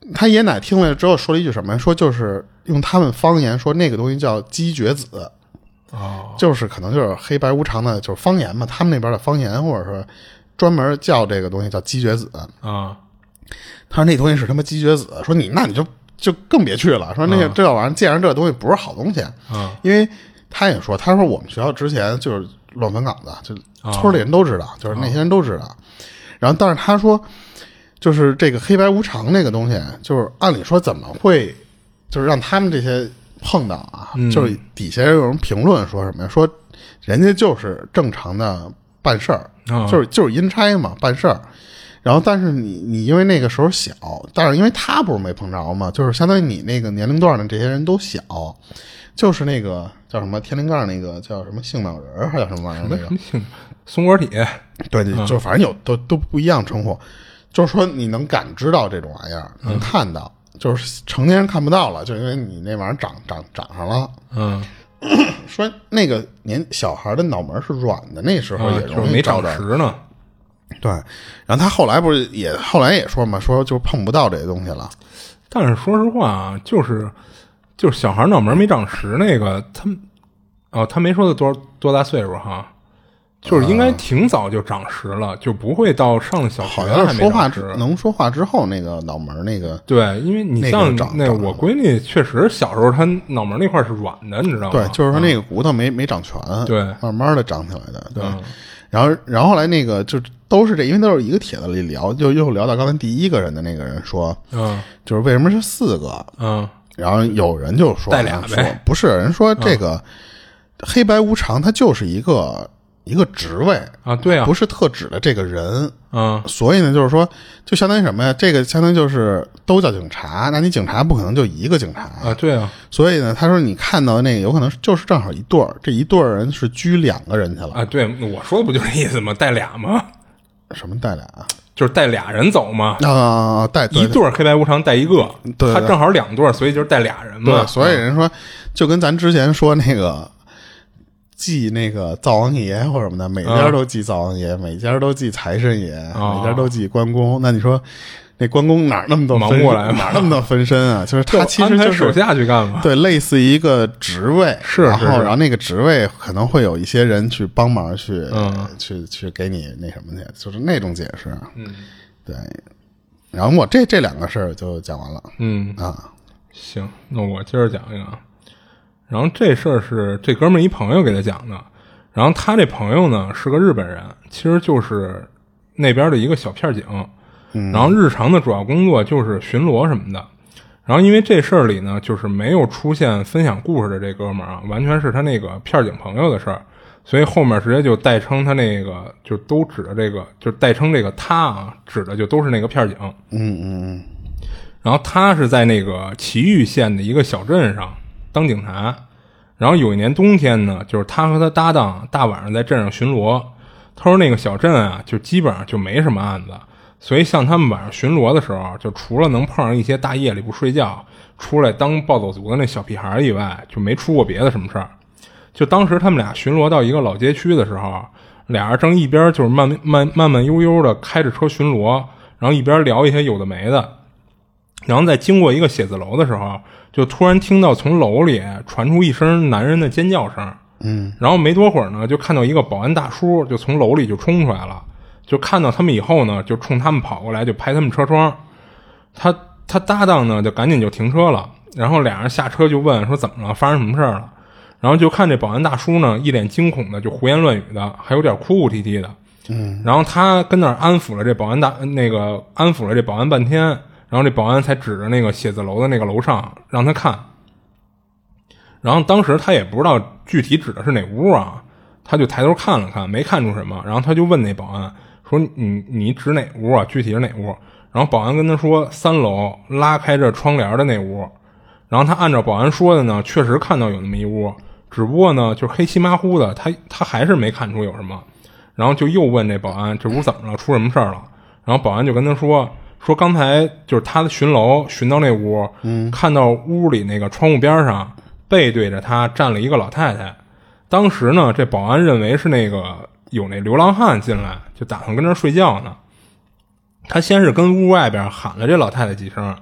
他爷奶听了之后说了一句什么，说就是用他们方言说那个东西叫鸡绝子，就是可能就是黑白无常的就是方言嘛，他们那边的方言，或者说专门叫这个东西叫鸡绝子啊。 他说那东西是他妈鸡绝子，说你就更别去了，说那个这玩意儿见着这东西不是好东西，因为他也说，他说我们学校之前就是乱坟岗子，就村里人都知道，就是那些人都知道。然后，但是他说，就是这个黑白无常那个东西，就是按理说怎么会，就是让他们这些碰到啊，就是底下有人评论说什么呀？说人家就是正常的办事儿，就是阴差嘛，办事儿。然后，但是你因为那个时候小，但是因为他不是没碰着嘛，就是相当于你那个年龄段的这些人都小，就是那个叫什么天灵盖那个叫什么性脑人还叫什么玩意儿那个松果体， 对，就反正有都不一样称呼，就是说你能感知到这种玩意儿，能看到，就是成年人看不到了，就因为你那玩意儿长上了。说那个小孩的脑门是软的，那时候也容易没长实呢。 对，然后他后来也说嘛，说就碰不到这些东西了。 但是说实话啊，就是小孩脑门没长实那个，他没说他多大岁数哈。就是应该挺早就长实了，就不会到上小学还没长实。 能说话之后，那个脑门那个对，因为你像那我闺女，确实小时候她脑门那块是软的，你知道吗？ 对，就是说那个骨头没长全， 对， 慢慢的长起来的。对，然后后来那个就都是因为都是一个帖子里聊，就又聊到刚才第一个人的那个人说，就是为什么是4个？然后有人就说带俩呗， 不是人说这个黑白无常，它就是一个职位啊，对啊， 不是特指的这个人，所以呢，就是说，就相当于什么呀？这个相当于就是都叫警察，那你警察不可能就一个警察啊，对啊。 所以呢，他说你看到的那个有可能就是正好一对儿，这一对儿人是拘2个人去了啊。对，我说的不就是意思吗？带俩吗？ 什么带俩？ 就是带俩人走嘛。 带一对黑白无常带一个， 对， 他正好2对，所以就是带俩人嘛。 对，所以人说就跟咱之前说那个。祭那个灶王爷或者什么的，每家都祭灶王爷，每家都祭财神爷，每家都祭关公。那你说那关公哪那么多分过来， 哪那么多分身啊？就是他其实就是手下去干嘛？ 对，类似一个职位， 然后那个职位可能会有一些人去帮忙去给你那什么去，就是那种解释。对。然后我这2个事儿就讲完了。 行，那我接着讲一个。然后这事儿是这哥们儿一朋友给他讲的，然后他这朋友呢是个日本人，其实就是那边的一个小片警，然后日常的主要工作就是巡逻什么的。然后因为这事儿里呢，就是没有出现分享故事的这哥们儿啊，完全是他那个片警朋友的事儿，所以后面直接就代称他那个，就都指的这个，就代称这个他啊，指的就都是那个片警。然后他是在那个埼玉县的一个小镇上当警察，然后有一年冬天呢，就是他和他搭档大晚上在镇上巡逻。他说那个小镇啊，就基本上就没什么案子，所以像他们晚上巡逻的时候，就除了能碰上一些大夜里不睡觉出来当暴走族的那小屁孩以外，就没出过别的什么事儿。就当时他们俩巡逻到一个老街区的时候，俩人正一边就是慢慢悠悠的开着车巡逻，然后一边聊一些有的没的。然后在经过一个写字楼的时候，就突然听到从楼里传出一声男人的尖叫声。然后没多会儿呢，就看到一个保安大叔就从楼里就冲出来了，就看到他们以后呢，就冲他们跑过来，就拍他们车窗。他搭档呢就赶紧就停车了，然后俩人下车就问说怎么了，发生什么事儿了。然后就看这保安大叔呢一脸惊恐的就胡言乱语的，还有点哭哭啼啼的。然后他跟那儿安抚了这保安半天，然后这保安才指着那个写字楼的那个楼上让他看。然后当时他也不知道具体指的是哪屋啊，他就抬头看了看，没看出什么。然后他就问那保安说你指哪屋啊，具体是哪屋？然后保安跟他说3楼拉开着窗帘的那屋。然后他按照保安说的呢，确实看到有那么一屋，只不过呢就是黑漆麻糊的，他还是没看出有什么。然后就又问这保安这屋怎么了，出什么事儿了。然后保安就跟他说刚才就是他巡楼巡到那屋，看到屋里那个窗户边上背对着他站了一个老太太。当时呢这保安认为是那个有那流浪汉进来，就打算跟那睡觉呢。他先是跟屋外边喊了这老太太几声，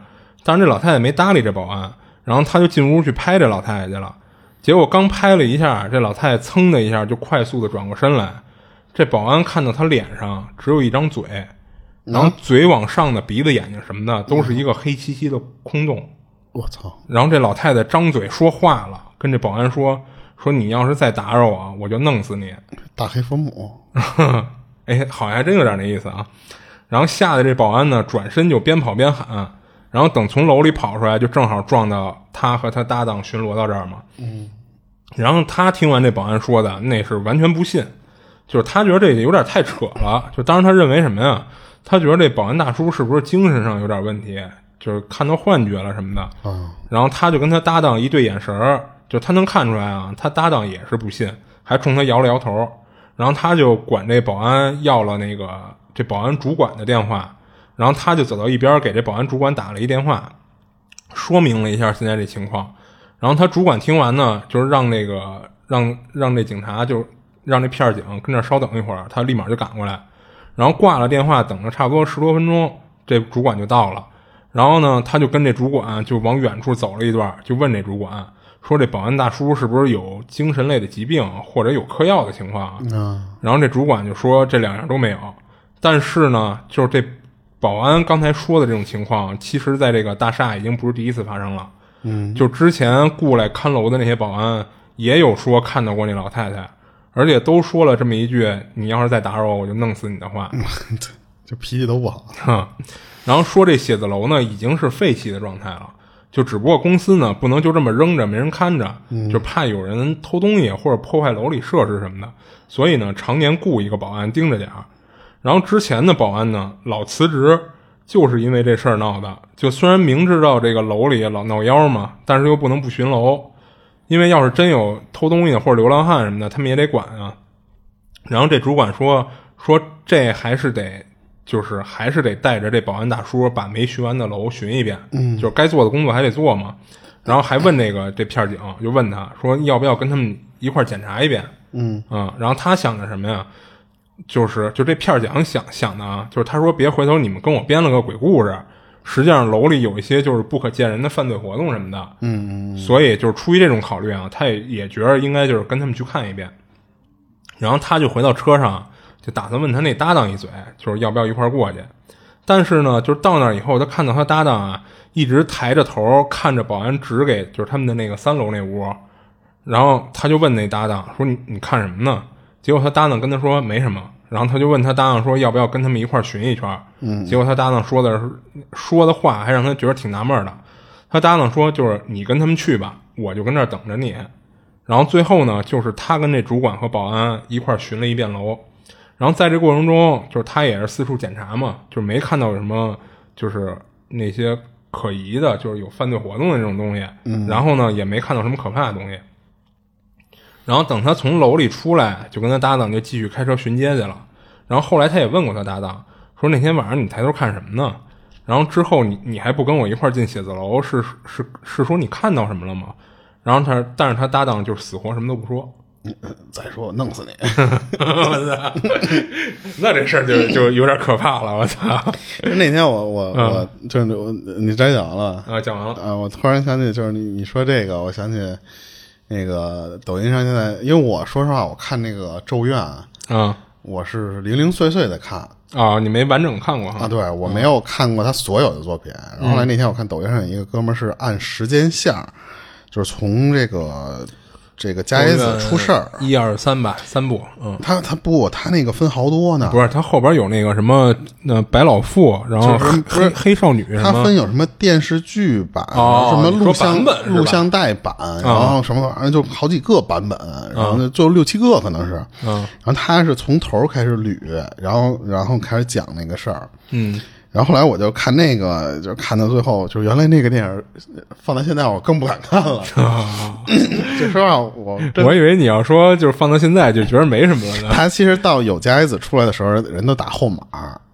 但是这老太太没搭理这保安，然后他就进屋去拍这老太太去了。结果刚拍了一下，这老太太噌的一下就快速的转过身来，这保安看到她脸上只有一张嘴，然后嘴往上的鼻子眼睛什么的都是一个黑漆漆的空洞。 我操！ 然后这老太太张嘴说话了，跟这保安说你要是再打扰我，我就弄死你。 大黑佛母。 哎，好像还真有点那意思啊。然后吓得这保安呢转身就边跑边喊，然后等从楼里跑出来就正好撞到他和他搭档巡逻到这儿嘛。然后他听完这保安说的那是完全不信，就是他觉得这有点太扯了，就当时他认为什么呀，他觉得这保安大叔是不是精神上有点问题，就是看到幻觉了什么的。然后他就跟他搭档一对眼神，就他能看出来啊，他搭档也是不信，还冲他摇了摇头。然后他就管这保安要了那个这保安主管的电话，然后他就走到一边给这保安主管打了一电话，说明了一下现在这情况。然后他主管听完呢，就是让那个让这警察就让这片警跟这稍等一会儿，他立马就赶过来。然后挂了电话，等了差不多10多分钟，这主管就到了。然后呢，他就跟这主管就往远处走了一段，就问这主管说这保安大叔是不是有精神类的疾病或者有嗑药的情况啊？然后这主管就说这2样都没有。但是呢，就是这保安刚才说的这种情况，其实在这个大厦已经不是第一次发生了。就之前雇来看楼的那些保安也有说看到过那老太太，而且都说了这么一句你要是再打扰我就弄死你的话。 就脾气都不好。 然后说这写字楼呢已经是废弃的状态了，就只不过公司呢不能就这么扔着没人看着，就怕有人偷东西或者破坏楼里设施什么的，所以呢常年雇一个保安盯着点儿。然后之前的保安呢老辞职，就是因为这事儿闹的。就虽然明知道这个楼里老闹妖嘛，但是又不能不巡楼，因为要是真有偷东西的或者流浪汉什么的，他们也得管啊。然后这主管说这还是得带着这保安大叔把没巡完的楼巡一遍，就是该做的工作还得做嘛。然后还问这片警，就问他说要不要跟他们一块检查一遍。然后他想的什么呀？就这片警想的啊，就是他说别回头你们跟我编了个鬼故事，实际上楼里有一些就是不可见人的犯罪活动什么的。所以就是出于这种考虑啊，他也觉得应该就是跟他们去看一遍。然后他就回到车上，就打算问他那搭档一嘴，就是要不要一块过去。但是呢，就是到那以后，他看到他搭档啊一直抬着头看着保安指给就是他们的那个3楼那屋，然后他就问那搭档说你看什么呢？结果他搭档跟他说没什么。然后他就问他搭档说要不要跟他们一块巡一圈。结果他搭档说的话还让他觉得挺纳闷的。他搭档说就是你跟他们去吧，我就跟这儿等着你。然后最后呢，就是他跟这主管和保安一块巡了一遍楼。然后在这过程中，就是他也是四处检查嘛，就是没看到有什么就是那些可疑的，就是有犯罪活动的那种东西。然后呢，也没看到什么可怕的东西。然后等他从楼里出来，就跟他搭档就继续开车巡街去了。然后后来他也问过他搭档，说那天晚上你抬头看什么呢？然后之后你还不跟我一块进写字楼，是说你看到什么了吗？然后但是他搭档就死活什么都不说。 再说我弄死你！ 我操！那这事儿就有点可怕了，我操！ 那天我就是你摘讲完了啊，讲完了啊，我突然想起就是你说这个，我想起那个抖音上现在，因为我说实话，我看那个《咒怨》我是零零碎碎的看啊，你没完整看过哈？ 啊，对，我没有看过他所有的作品。然后后来那天我看抖音上有一个哥们儿是按时间线，就是从这个加耶子出事儿 ，1、2、3吧，3部。 他那个分好多呢。 不是，他后边有那个什么白老妇，然后黑少女什么， 他分有什么电视剧版，什么录像带版，然后什么玩意儿就好几个版本，然后就6、7个可能是。然后他是从头开始捋，然后开始讲那个事儿。然后后来我就看那个，就看到最后，就原来那个电影放到现在我更不敢看了。这说让我以为你要说就是放到现在就觉得没什么了呢。 他其实到有加耶子出来的时候，人都打后码，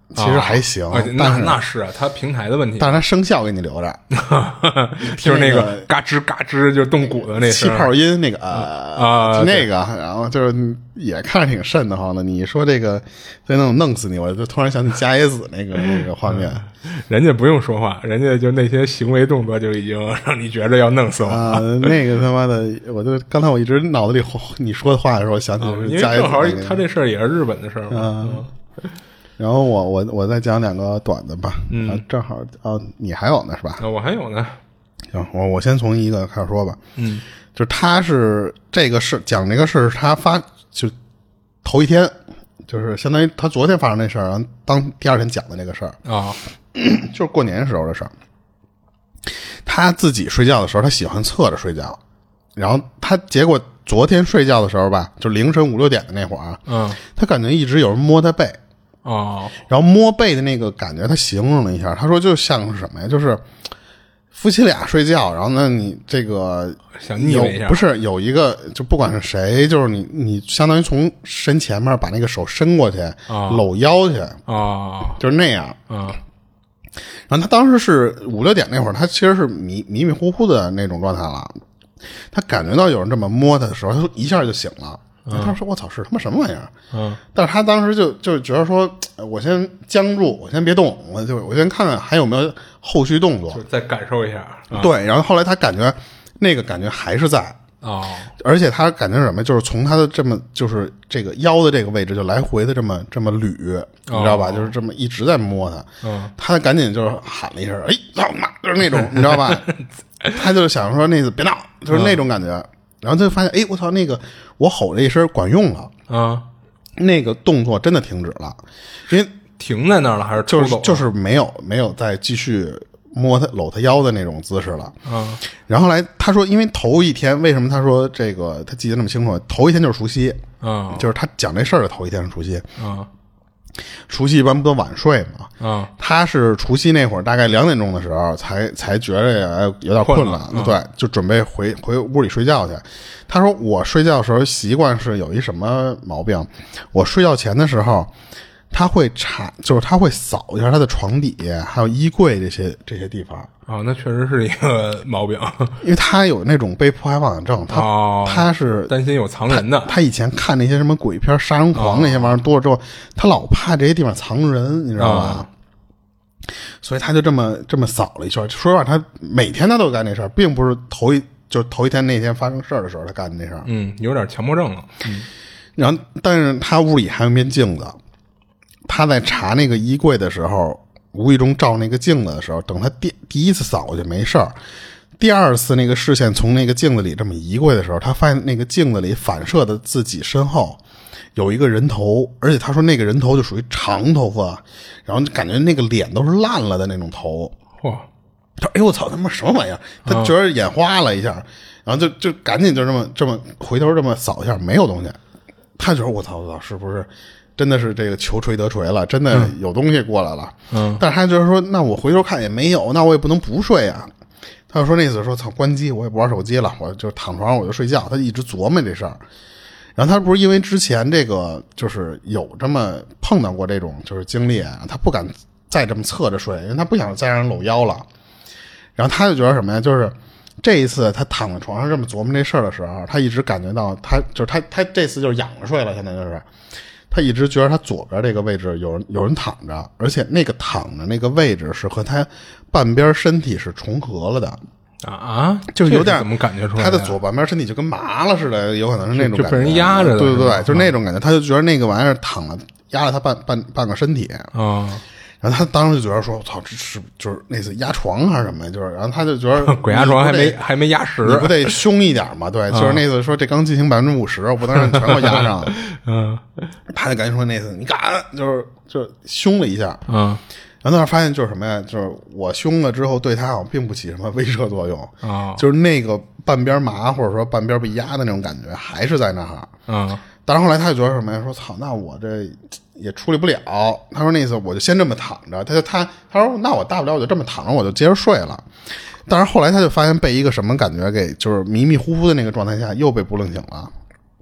其实还行， 那是啊，它平台的问题， 但是它声效给你留着， 就是那个嘎吱嘎吱就动鼓的那气泡音那个那个，然后就是也看着挺瘆得慌的。你说这个就那种弄死你，我就突然想起加野子那个画面。 人家不用说话，人家就那些行为动作就已经让你觉着要弄死我啊！那个他妈的，我就刚才我一直脑子里你说的话的时候，我想起因为正好他这事儿也是日本的事儿嘛。 然后我再讲2个短的吧。正好你还有呢是吧？ 我还有呢。 行，我先从一个开始说吧。就是他是这个事讲这个事，他就头一天，就是相当于他昨天发生那事儿，然后当第二天讲的那个事儿啊， 就是过年时候的事儿。他自己睡觉的时候，他喜欢侧着睡觉，然后他结果昨天睡觉的时候吧，就凌晨5、6点的那会儿他感觉一直有人摸他背。然后摸背的那个感觉他形容了一下，他说就像是什么呀，就是夫妻俩睡觉，然后呢你这个想腻了一下， 不是有一个就不管是谁，就是你相当于从身前面把那个手伸过去搂腰去就是那样然后他当时是5、6点那会儿，他其实是迷迷糊糊的那种状态了，他感觉到有人这么摸他的时候，他一下就醒了。他说我操，是他妈什么玩意儿？但是他当时就觉得说，我先僵住，我先别动，我先看看还有没有后续动作， 再感受一下。 对，然后后来他感觉那个感觉还是在而且他感觉什么，就是从他的就是这个腰的这个位置就来回的这么捋，你知道吧？就是这么一直在摸他。他赶紧就是喊了一声，哎，老妈，就是那种，你知道吧？他就想说那次别闹，就是那种感觉。然后他就发现，哎，我操，那个我吼这一声管用了那个动作真的停止了，因为停在那儿了，还是就是没有再继续摸他搂他腰的那种姿势了然后来他说，因为头一天为什么他说这个他记得那么清楚，头一天就是除夕就是他讲这事儿的头一天是除夕除夕一般不都晚睡嘛他是除夕那会儿大概2点钟的时候才觉得有点困了对，就准备回屋里睡觉去。他说我睡觉的时候习惯是有一什么毛病，我睡觉前的时候他会就是他会扫一下他的床底还有衣柜这些地方那确实是一个毛病， 因为他有那种被迫害妄想症，他是担心有藏人的。 他以前看那些什么鬼片、杀人狂那些玩意儿多了之后，他老怕这些地方藏人，你知道吧？所以他就这么扫了一圈。说实话，他每天他都干这事儿，并不是头一天那天发生事儿的时候他干的那事儿。 有点强迫症了。 然后，但是他屋里还有面镜子，他在查那个衣柜的时候。无意中照那个镜子的时候，等他第一次扫过去没事儿，第二次那个视线从那个镜子里这么移过去的时候，他发现那个镜子里反射的自己身后有一个人头，而且他说那个人头就属于长头发，然后就感觉那个脸都是烂了的那种头。他说哎我操，他妈什么玩意儿？他觉得眼花了一下，然后就赶紧就这么回头这么扫一下，没有东西。他觉得我操，是不是真的是这个求锤得锤了，真的有东西过来了。但是他就是说，那我回头看也没有，那我也不能不睡啊。他就说那次说操，关机，我也不玩手机了，我就躺床上我就睡觉。他一直琢磨这事儿。然后他不是因为之前这个就是有这么碰到过这种就是经历，他不敢再这么侧着睡，因为他不想再让人搂腰了。然后他就觉得什么呀，就是这一次他躺在床上这么琢磨这事儿的时候，他一直感觉到他这次就是仰着睡了，现在就是他一直觉得他左边这个位置有人躺着，而且那个躺着那个位置是和他半边身体是重合了的就是有点怎么感觉出来？ 他的左半边身体就跟麻了似的，有可能是那种感觉， 就被人压着的。 对，就是那种感觉。他就觉得那个玩意儿躺了，压了他半个身体然后他当时就觉得说：“操，这是就是那次压床还是什么？就是，然后他就觉得鬼压床还没压实， 你不得凶一点嘛？对，就是那次说这刚进行50%，我不能让你全给我压上。他就赶紧说那次你敢，就是凶了一下。然后他发现就是什么呀？就是我凶了之后，对他好像并不起什么威慑作用就是那个半边麻或者说半边被压的那种感觉还是在那儿但是后来他就觉得什么呀？说操，那我这也处理不了。他说那次我就先这么躺着，他说那我大不了我就这么躺着，我就接着睡了。但是后来他就发现被一个什么感觉给就是迷迷糊糊的那个状态下又被不愣醒了。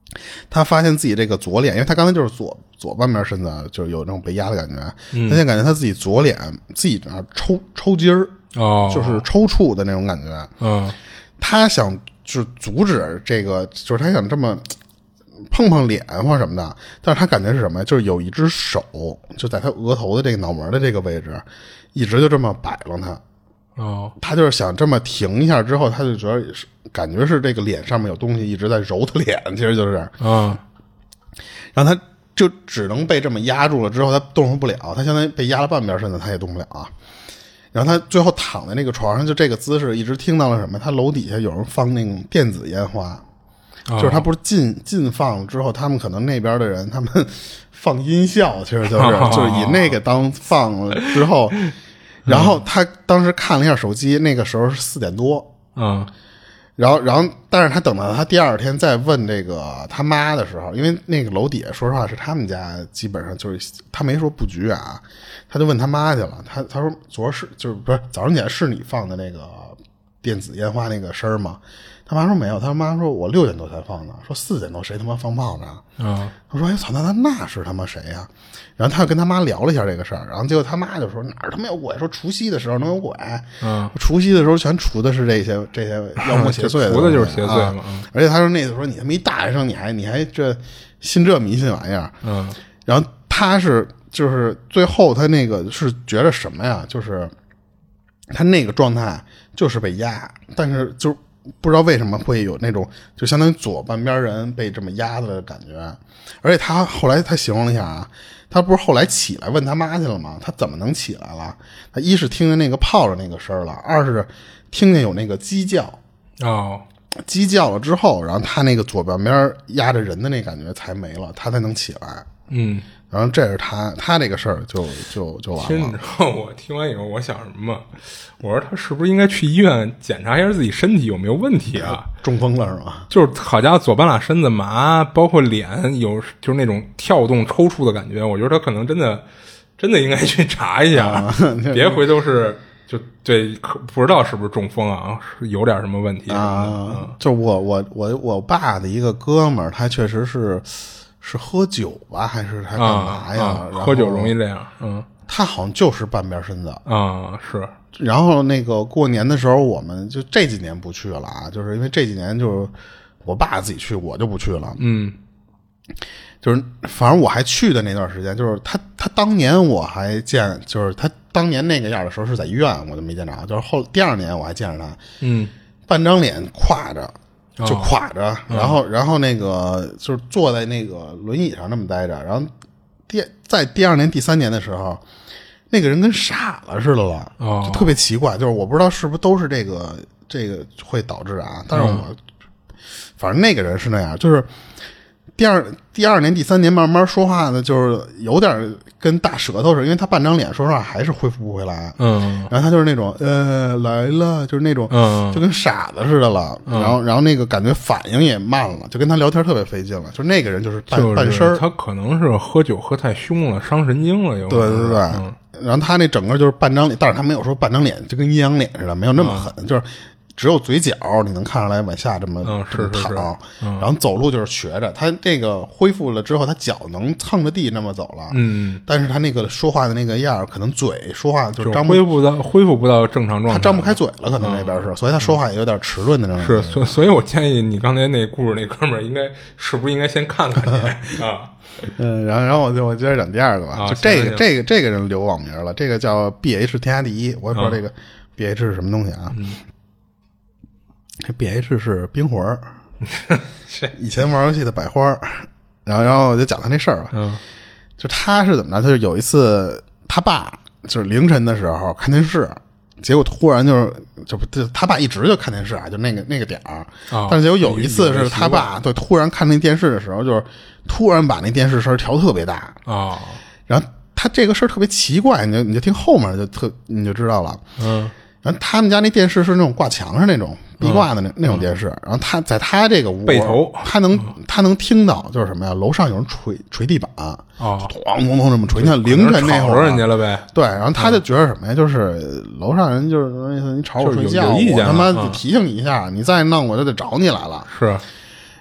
他发现自己这个左脸，因为他刚才就是左半边身子就是有那种被压的感觉，他现在感觉他自己左脸自己抽筋儿，就是抽搐的那种感觉。他想就是阻止这个，就是他想这么碰碰脸或者什么的，但是他感觉是什么呀？就是有一只手就在他额头的这个脑门的这个位置，一直就这么摆弄他。他就是想这么停一下之后，他就觉得感觉是这个脸上面有东西一直在揉他脸，其实就是然后他就只能被这么压住了，之后他动不了，他相当于被压了半边身子，他也动不了啊。然后他最后躺在那个床上，就这个姿势，一直听到了什么？他楼底下有人放那种电子烟花，就是他不是禁放了之后，他们可能那边的人他们放音效，其实就是以那个当放了之后。然后他当时看了一下手机，那个时候是4点多，然后，但是他等到他第二天再问这个他妈的时候，因为那个楼底下说实话是他们家，基本上就是他没说布局啊，他就问他妈去了，他说昨儿是就是不是早上起来是你放的那个电子烟花那个声吗？他妈说没有，他妈说我6点多才放的，说4点多谁他妈放炮呢？他说哎操，那是他妈谁呀？然后他就跟他妈聊了一下这个事儿，然后结果他妈就说哪儿他妈有鬼？说除夕的时候能有鬼？除夕的时候全除的是这些妖魔邪祟的， 除的就是邪祟嘛。 而且他说那次说你他妈一大学生，你还这信这迷信玩意儿？然后他就是最后他那个是觉得什么呀？就是他那个状态就是被压，但是就不知道为什么会有那种就相当于左半边人被这么压的感觉。而且他后来他形容了一下啊，他不是后来起来问他妈去了吗？他怎么能起来了？他一是听见那个炮的那个声了，二是听见有那个鸡叫鸡叫了之后，然后他那个左半边压着人的那感觉才没了，他才能起来。然后这是他这个事儿就完了。 其实你知道我听完以后我想什么吗？我说他是不是应该去医院检查一下自己身体有没有问题啊？ 中风了是吗？ 就是好家伙，左半拉身子麻，包括脸有就是那种跳动抽搐的感觉，我觉得他可能真的应该去查一下，别回头是就对不知道是不是中风啊，是有点什么问题就我爸的一个哥们儿，他确实是喝酒吧，还是他干嘛呀？ 喝酒容易这样。 他好像就是半边身子是。 然后那个过年的时候，我们就这几年不去了啊，就是因为这几年就是我爸自己去，我就不去了。就是反正我还去的那段时间，就是他当年我还见，就是他当年那个样的时候是在医院，我就没见着。就是第二年我还见着他，半张脸垮着。然后那个就是坐在那个轮椅上那么待着，然后在第二年第三年的时候，那个人跟傻了似的了，就特别奇怪，就是我不知道是不是都是这个会导致啊，但是我反正那个人是那样，就是第二年第三年慢慢说话呢，就是有点跟大舌头似的，因为他半张脸说实话还是恢复不回来。然后他就是那种来了，就是那种就跟傻子似的了。然后那个感觉反应也慢了，就跟他聊天特别费劲了。就那个人就是半身， 他可能是喝酒喝太凶了，伤神经了有。 对。然后他那整个就是半张脸，但是他没有说半张脸就跟阴阳脸似的，没有那么狠，就是只有嘴角你能看出来往下这么躺，然后走路就是瘸着。他这个恢复了之后，他脚能蹭着地那么走了，但是他那个说话的那个样可能嘴说话就恢复不到正常状态， 他张不开嘴了，可能那边是，所以他说话也有点迟钝的那种。 是，所以我建议你刚才那故事那哥们儿是不是应该先看看去啊？ 然后我接着讲第二个吧，就这个人留网名了，这个叫 BH 天下第一，我也不知道这个 BH 是什么东西啊。这 BH 是冰魂儿，以前玩游戏的百花。然后我就讲他那事儿吧。就他是怎么着？他就有一次他爸就是凌晨的时候看电视，结果突然就他爸一直就看电视啊，就那个点儿。但是结果有一次是他爸对突然看那电视的时候，就是突然把那电视声调特别大然后他这个事儿特别奇怪，你就听后面你就知道了。然后他们家那电视是那种挂墙上那种壁挂的那种电视，然后他在他这个屋背头， 他能听到就是什么呀？楼上有人捶地板咣咣咣这么捶，像凌晨那会儿人家了呗。 对，然后他就觉得什么呀？就是楼上人就是你吵我睡觉，我他妈提醒你一下，你再弄我就得找你来了。 是。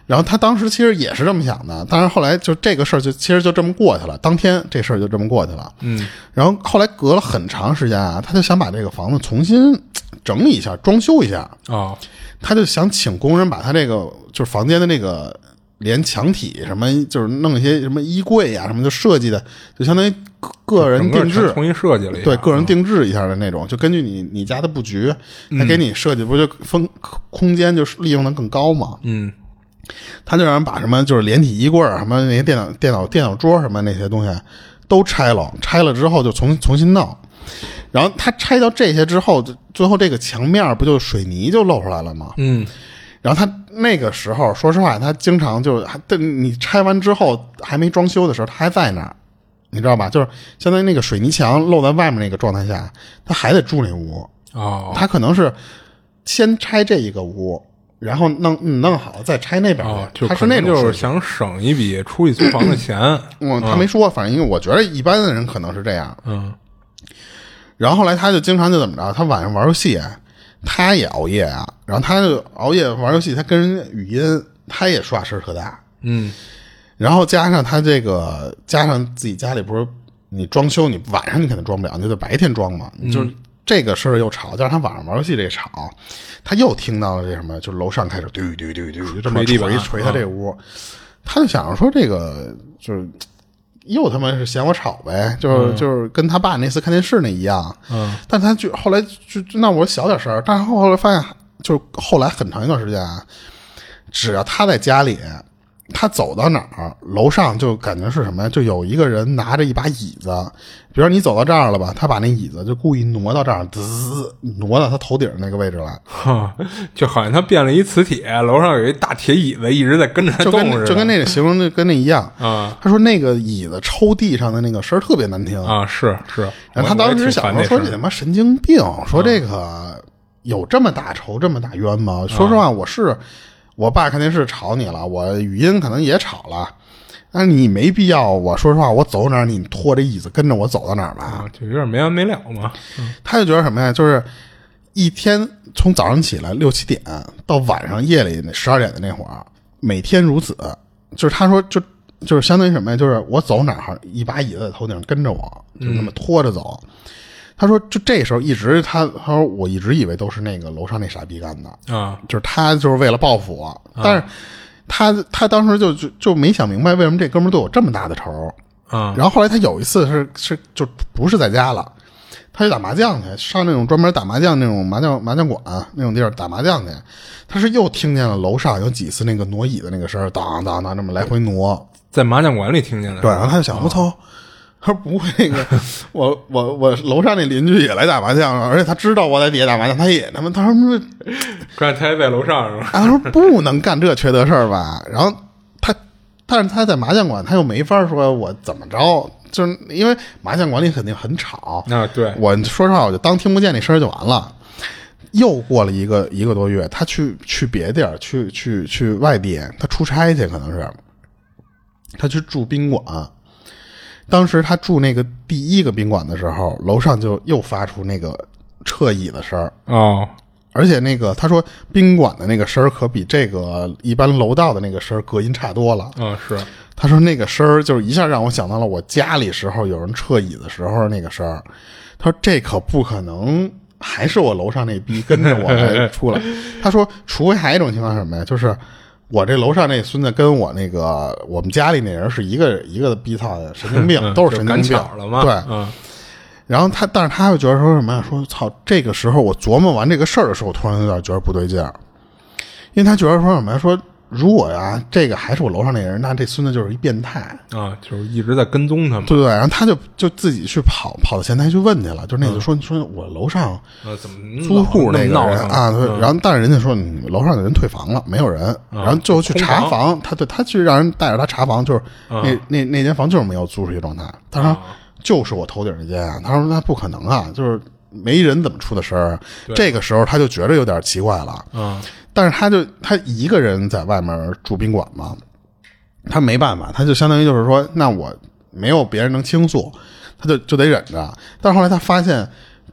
然后他当时其实也是这么想的，但是后来就这个事儿就其实就这么过去了，当天这事儿就这么过去了。然后后来隔了很长时间啊，他就想把这个房子重新整理一下，装修一下。他就想请工人把他这个就是房间的那个连墙体什么，就是弄一些什么衣柜啊什么，就设计的就相当于个人定制， 重新设计了一下， 对，个人定制一下的那种，就根据你家的布局，他给你设计，不就分空间就是利用的更高嘛？他就让人把什么就是连体衣柜什么那些电脑桌什么那些东西都拆了之后就重新弄。然后他拆掉这些之后，最后这个墙面不就水泥就露出来了吗？然后他那个时候，说实话，他经常就你拆完之后还没装修的时候，他还在那儿，你知道吧？就是相当于那个水泥墙露在外面那个状态下，他还得住那屋。他可能是先拆这一个屋，然后弄好再拆那边去。他是那种就是想省一笔出去租房的钱。 他没说，反正因为我觉得一般的人可能是这样。然后后来他就经常就怎么着，他晚上玩游戏，他也熬夜啊，然后他就熬夜玩游戏，他跟人语音，他也刷声特大。然后加上他这个，加上自己家里不是你装修，你晚上你肯定装不了，你就得白天装嘛。就是这个事儿又吵，加上他晚上玩游戏这个吵，他又听到了这什么，就楼上开始嘟嘟嘟嘟就这么捶他这屋，他就想着说这个就是又他妈是嫌我吵呗，就是跟他爸那次看电视那一样。但他就后来就那我小点声，但是后来发现，就后来很长一段时间啊，只要他在家里，他走到哪儿，楼上就感觉是什么呀？就有一个人拿着一把椅子，比如说你走到这儿了吧，他把那椅子就故意挪到这儿，挪到他头顶那个位置来， 就好像他变了一磁铁，楼上有一大铁椅子一直在跟着他动似的， 就跟那个形容的跟那一样。他说那个椅子抽地上的那个声特别难听是。 然后他当时想说你他妈神经病，说这个有这么大仇这么大冤吗？说实话，我爸看电视吵你了，我语音可能也吵了，但是你没必要。我说实话，我走哪儿你拖着椅子跟着我走到哪儿吧， 就有点没完没了嘛。 他就觉得什么呀？就是一天从早上起来6、7点到晚上夜里12点的那会儿，每天如此。就是他说就是相当于什么呀？就是我走哪儿一把椅子在头顶跟着我，就那么拖着走。他说就这时候一直他说我一直以为都是那个楼上那傻逼干的就是他就是为了报复我。但是他当时就没想明白为什么这哥们对我这么大的仇。然后后来他有一次是就不是在家了，他去打麻将去，上那种专门打麻将那种麻将馆那种地儿打麻将去。他是又听见了楼上有几次那个挪椅的那个声，当当当这么来回挪， 在麻将馆里听见的。 对，然后他就想我操。他说不会那个我楼上那邻居也来打麻将，而且他知道我在底下打麻将，他也他说刚才他在楼上是吧？ 他说不能干这缺德事儿吧。然后但是他在麻将馆他又没法说我怎么着，就是因为麻将馆里肯定很吵对， 我说实话我就当听不见那声就完了。又过了一个多月，他去别地儿去外地，他出差去，可能是他去住宾馆。当时他住那个第一个宾馆的时候，楼上就又发出那个撤椅的声而且那个他说宾馆的那个声可比这个一般楼道的那个声隔音差多了是。 他说那个声就是一下让我想到了我家里时候有人撤椅的时候那个声。他说这可不可能还是我楼上那逼跟着我来出来。他说除非还有一种情况是什么呀，就是我这楼上那孙子跟我那个我们家里那人是一个逼操的神经病都是神经病了吗？ 对然后但是他又觉得说什么呀，说操这个时候我琢磨完这个事儿的时候，我突然有点觉得不对劲儿。因为他觉得说什么呀，说如果这个还是我楼上那人，那这孙子就是一变态就是一直在跟踪他们。 对，然后他就自己去跑到前台去问去了，就那个说我楼上怎么租户那个人对，然后但是人家说你楼上的人退房了，没有人，然后最后去查房，他去让人带着他查房，就是那间房就是没有租出去状态。他说就是我头顶那间他说那不可能就是没人怎么出的声儿？这个时候他就觉得有点奇怪了但是他一个人在外面住宾馆嘛，他没办法，他就相当于就是说，那我没有别人能倾诉，他就得忍着。但是后来他发现，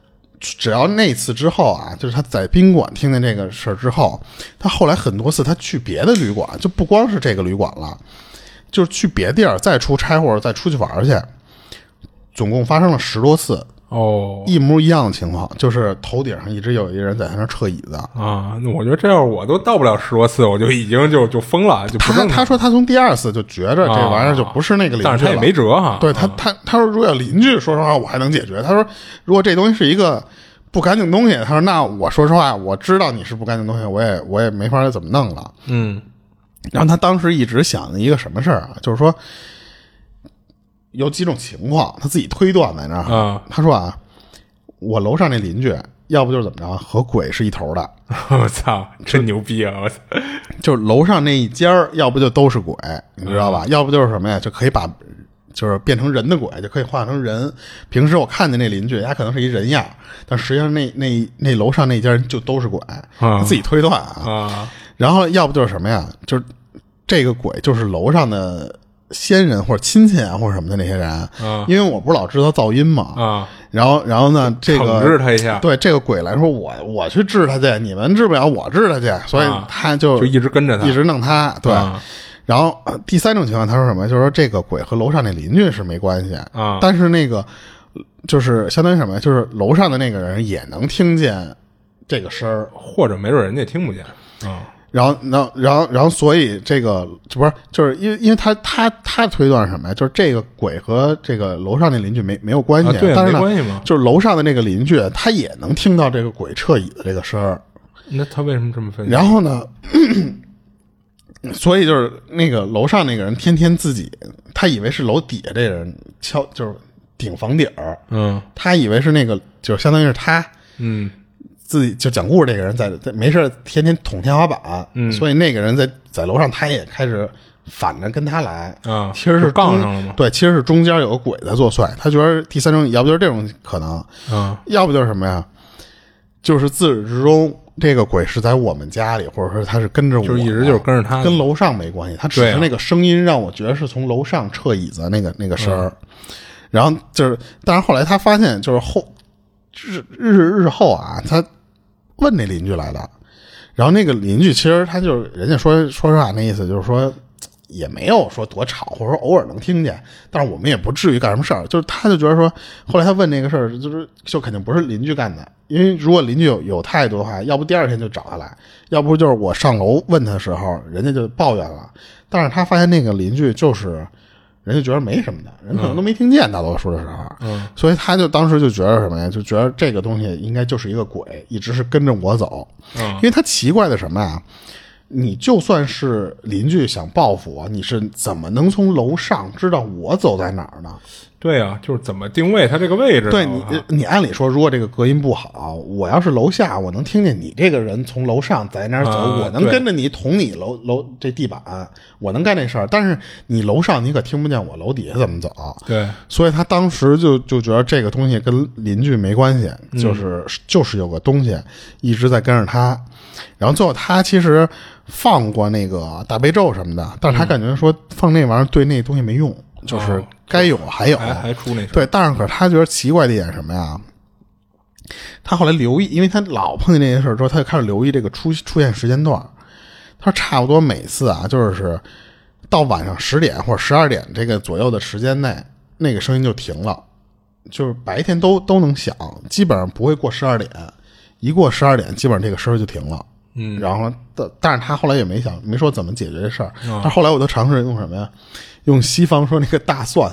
只要那次之后啊，就是他在宾馆听见这个事儿之后，他后来很多次他去别的旅馆，就不光是这个旅馆了，就是去别地儿再出差或者再出去玩去，总共发生了10多次。一模一样的情况，就是头顶上一直有一个人在他那撤椅子啊。那我觉得这要是我都到不了10多次，我就已经就疯了。就他说他从第2次就觉着这玩意儿就不是那个邻居了， 但是他也没辙哈。 对他说如果有邻居，说实话我还能解决。他说如果这东西是一个不干净东西，他说那我说实话我知道你是不干净东西，我也没法怎么弄了。然后他当时一直想的一个什么事儿啊，就是说有几种情况，他自己推断在那儿。他说啊，我楼上那邻居，要不就是怎么着，和鬼是一头的。 我操，真牛逼啊！我操， 就是楼上那一家，要不就都是鬼，你知道吧？要不就是什么呀，就可以把就是变成人的鬼，就可以化成人。平时我看见那邻居，他可能是一人样，但实际上那楼上那家人就都是鬼，他自己推断啊。然后要不就是什么呀，就是这个鬼就是楼上的先人或者亲戚啊或者什么的那些人，因为我不是老知道噪音嘛，然后呢，这个惩治他一下， 对这个鬼来说，我去治他去，你们治不了，我治他去，所以他就一直跟着他， 一直弄他，对。然后第3种情况，他说什么？就是说这个鬼和楼上那邻居是没关系啊，但是那个就是相当于什么呀？就是楼上的那个人也能听见这个声儿， 或者没准人家听不见啊。 然后，所以这个不是就是因为他推断什么呀？就是这个鬼和这个楼上那邻居没有关系， 对， 但是呢， 没关系吗？ 就是楼上的那个邻居，他也能听到这个鬼撤椅的这个声儿。 那他为什么这么分析？ 然后呢，所以就是那个楼上那个人天天自己，他以为是楼底下这人敲，就是顶房顶儿，他以为是那个，就是相当于是他，自己就讲故事这个人在没事天天捅天花板，所以那个人在楼上他也开始反着跟他来啊， 其实是杠上了吗？ 对，其实是中间有个鬼在作祟。他觉得第3种，要不就是这种可能，要不就是什么呀？就是自始至终这个鬼是在我们家里，或者说他是跟着我， 就一直就是跟着他， 跟楼上没关系。他只是那个声音让我觉得是从楼上撤椅子那个声儿，然后就是，但是后来他发现就是日后啊，他问那邻居来的，然后那个邻居其实他就是人家说实话那意思就是说也没有说多吵，或者说偶尔能听见，但是我们也不至于干什么事儿。就是他就觉得说，后来他问那个事儿，就肯定不是邻居干的，因为如果邻居有态度的话，要不第2天就找他来，要不就是我上楼问他的时候，人家就抱怨了。但是他发现那个邻居就是人家觉得没什么的，人可能都没听见，大多数的时候，所以他就当时就觉得什么呀？就觉得这个东西应该就是一个鬼，一直是跟着我走，因为他奇怪的什么呀？你就算是邻居想报复我，你是怎么能从楼上知道我走在哪儿呢？ 对啊，就是怎么定位它这个位置。 对你按理说，如果这个隔音不好，我要是楼下，我能听见你这个人从楼上在那儿走，我能跟着你捅你楼这地板，我能干这事儿。但是你楼上你可听不见我楼底下怎么走。 对， 所以他当时就觉得这个东西跟邻居没关系，就是有个东西一直在跟着他。然后最后他其实放过那个大悲咒什么的，但是他感觉说放那玩意儿对那东西没用，就是该有还有， 还出那对。但是可是他觉得奇怪的一点什么呀？他后来留意，因为他老碰见这些事儿之后，他就开始留意这个出现时间段。他说差不多每次啊，就是到晚上10点或者12点这个左右的时间内，那个声音就停了，就是白天都能响，基本上不会过12点。一过12点，基本上这个声就停了。然后但是他后来也没说怎么解决这事儿。但后来我都尝试用什么呀？用西方说那个大蒜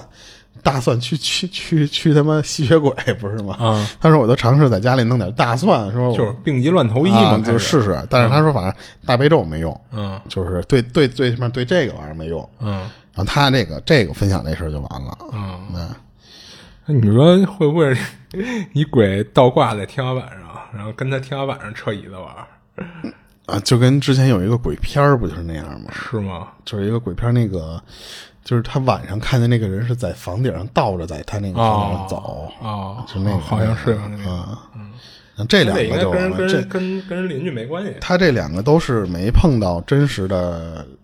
去他妈吸血鬼不是吗？他说我都尝试在家里弄点大蒜，说就是病急乱投医嘛， 就试试。但是他说反正大悲咒没用，就是对起码对这个玩意儿没用。然后他这个分享这事儿就完了。 那你说会不会你鬼倒挂在天花板上？然后跟他天花板上撤椅子玩啊，就跟之前有一个鬼片不就是那样吗？ 是吗？ 就是一个鬼片，那个就是他晚上看见那个人是在房顶上倒着在他那个房顶上走就那个好像是那个这两个就跟邻居没关系。 他这2个都是没碰到真实的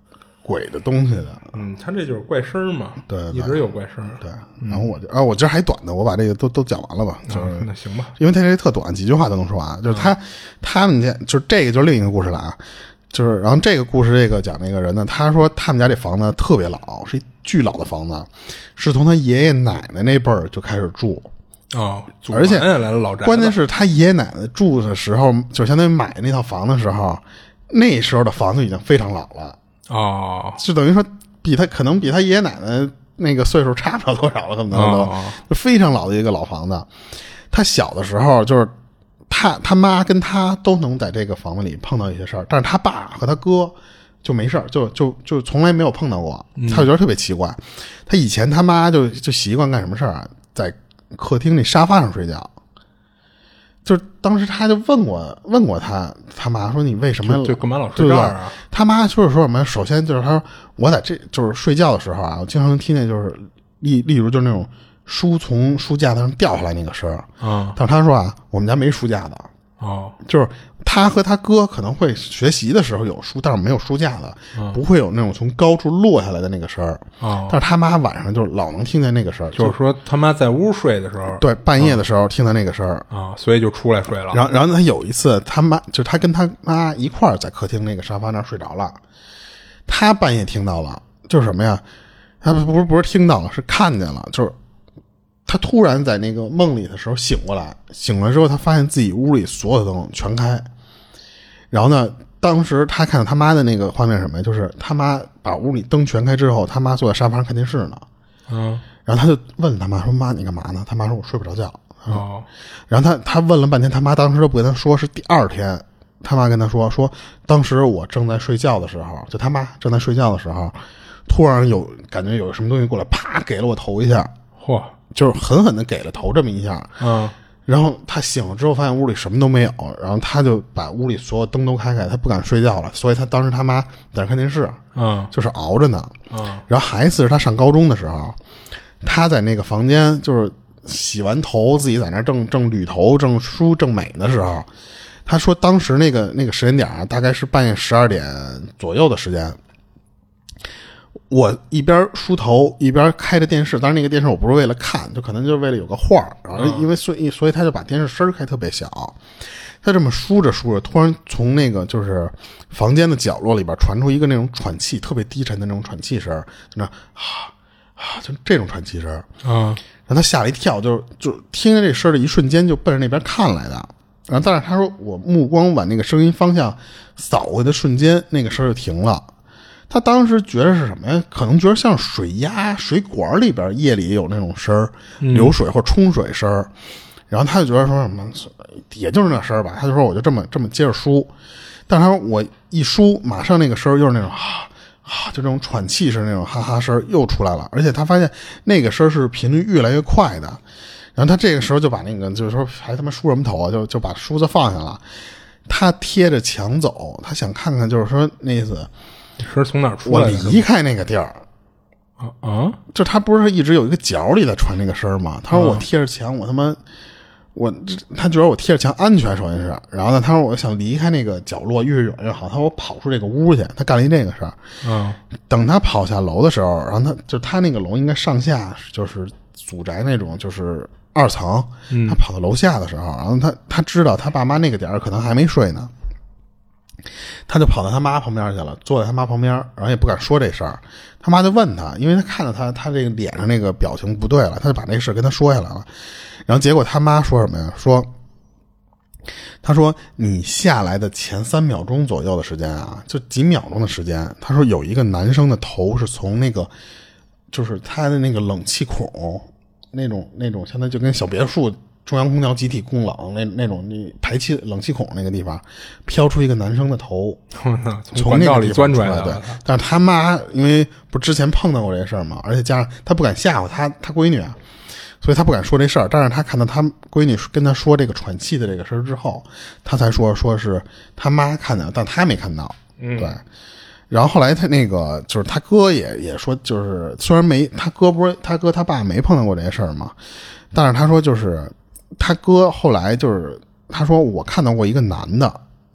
鬼的东西的。 他这就是怪声嘛， 对， 一直有怪声。 对，然后我今儿还短的，我把这个都讲完了吧，就是那行吧， 因为他这特短，几句话都能说完。就是他们家就是这个就是另一个故事了啊，就是然后这个故事这个讲那个人呢，他说他们家这房子特别老，是一巨老的房子，是从他爷爷奶奶那辈儿就开始住。 而且来了老宅， 关键是他爷爷奶奶住的时候，就相当于买那套房的时候，那时候的房子已经非常老了。就等于说可能比他爷爷奶奶那个岁数差不了多少了，可能就非常老的一个老房子。他小的时候就是他妈跟他都能在这个房子里碰到一些事儿，但是他爸和他哥就没事儿，就从来没有碰到过。他就觉得特别奇怪。他以前他妈就习惯干什么事儿啊，在客厅那沙发上睡觉。就是当时他就问过他妈说你为什么就干嘛老睡这儿啊？ 他妈就是说什么？首先就是他说我在这就是睡觉的时候啊，我经常能听见就是例如就是那种书从书架子上掉下来那个声儿。但是他说啊，我们家没书架子。就是他和他哥可能会学习的时候有书，但是没有书架子，不会有那种从高处落下来的那个声儿。但是他妈晚上就老能听见那个声儿， 就是说他妈在屋睡的时候， 对，半夜的时候听到那个声儿所以就出来睡了。 然后他有一次他妈就是他跟他妈一块儿在客厅那个沙发那儿睡着了，他半夜听到了，就是什么呀？他不是听到了，是看见了，就是他突然在那个梦里的时候醒过来之后，他发现自己屋里所有的灯全开。然后呢，当时他看到他妈的那个画面是什么呀？就是他妈把屋里灯全开之后，他妈坐在沙发上看电视呢。然后他就问他妈说：“妈，你干嘛呢？”他妈说：“我睡不着觉。”然后他问了半天，他妈当时都不跟他说。是第二天，他妈跟他说当时我正在睡觉的时候，就他妈正在睡觉的时候，突然感觉有什么东西过来，啪给了我头一下。就是狠狠的给了头这么一下。然后他醒了之后发现屋里什么都没有，然后他就把屋里所有灯都开，他不敢睡觉了，所以他当时他妈在那看电视，就是熬着呢。然后还一次是他上高中的时候，他在那个房间就是洗完头自己在那正捋头正梳正美的时候，他说当时那个时间点啊，大概是半夜12点左右的时间。我一边梳头一边开着电视，当然那个电视我不是为了看，就可能就是为了有个画，然后因为所以他就把电视声开特别小。他这么梳着，突然从那个就是房间的角落里边传出一个那种喘气，特别低沉的那种喘气声，就那就这种喘气声。然后他吓了一跳，就听见这声的一瞬间就奔着那边看来的。然后但是他说我目光往那个声音方向扫过的瞬间，那个声就停了。他当时觉得是什么呀？可能觉得像水管里边夜里有那种声儿，流水或冲水声儿。然后他就觉得说什么，也就是那声儿吧。他就说我就这么接着梳，但是他说我一梳，马上那个声儿又是那种就这种喘气声那种哈哈声又出来了，而且他发现那个声是频率越来越快的。然后他这个时候就把那个就是说还他妈梳什么头啊，就把梳子放下了，他贴着墙走，他想看看就是说那意思。 是从哪出来的？ 我离开那个地儿就他不是一直有一个角里在传那个声吗？他说我贴着墙，他觉得我贴着墙安全，首先是，然后呢，他说我想离开那个角落越远越好，他说我跑出这个屋去，他干了一这个事儿。等他跑下楼的时候，然后他那个楼应该上下就是祖宅那种，就是2层，他跑到楼下的时候，然后他知道他爸妈那个点儿可能还没睡呢。他就跑到他妈旁边去了，坐在他妈旁边，然后也不敢说这事儿。他妈就问他，因为他看到他这个脸上那个表情不对了，他就把这事跟他说下来了。然后结果他妈说什么呀？他说你下来的前3秒钟左右的时间啊，就几秒钟的时间，他说有一个男生的头是从那个就是他的那个冷气孔那种相当于就跟小别墅中央空调集体供冷那种排气冷气孔那个地方飘出一个男生的头，从那个里钻出来的。对，但是他妈因为不之前碰到过这事儿嘛，而且加上他不敢吓唬他闺女啊，所以他不敢说这事儿。但是他看到他闺女跟他说这个喘气的这个事儿之后，他才说是他妈看到，但他没看到。对。然后后来他那个就是他哥也说，就是虽然他哥他爸没碰到过这些事儿嘛，但是他说就是他哥后来就是他说我看到过一个男的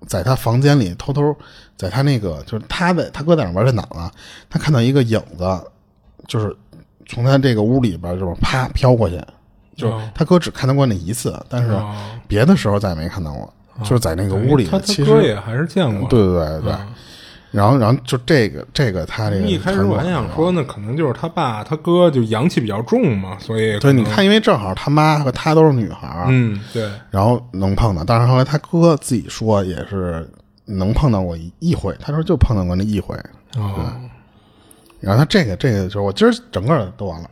在他房间里偷偷在他那个就是他哥在那玩电脑了，他看到一个影子，就是从他这个屋里边就是啪飘过去，就是他哥只看到过那一次，但是别的时候再也没看到过，就是在那个屋里， 他哥也还是见过， 对。然后就这个他这个一开始我还想说呢，可能就是他爸他哥就阳气比较重嘛，所以对，你看，因为正好他妈和他都是女孩， 对， 然后能碰到，但是后来他哥自己说也是能碰到过一回，他说就碰到过那一回，然后他这个就是我今儿整个都完了，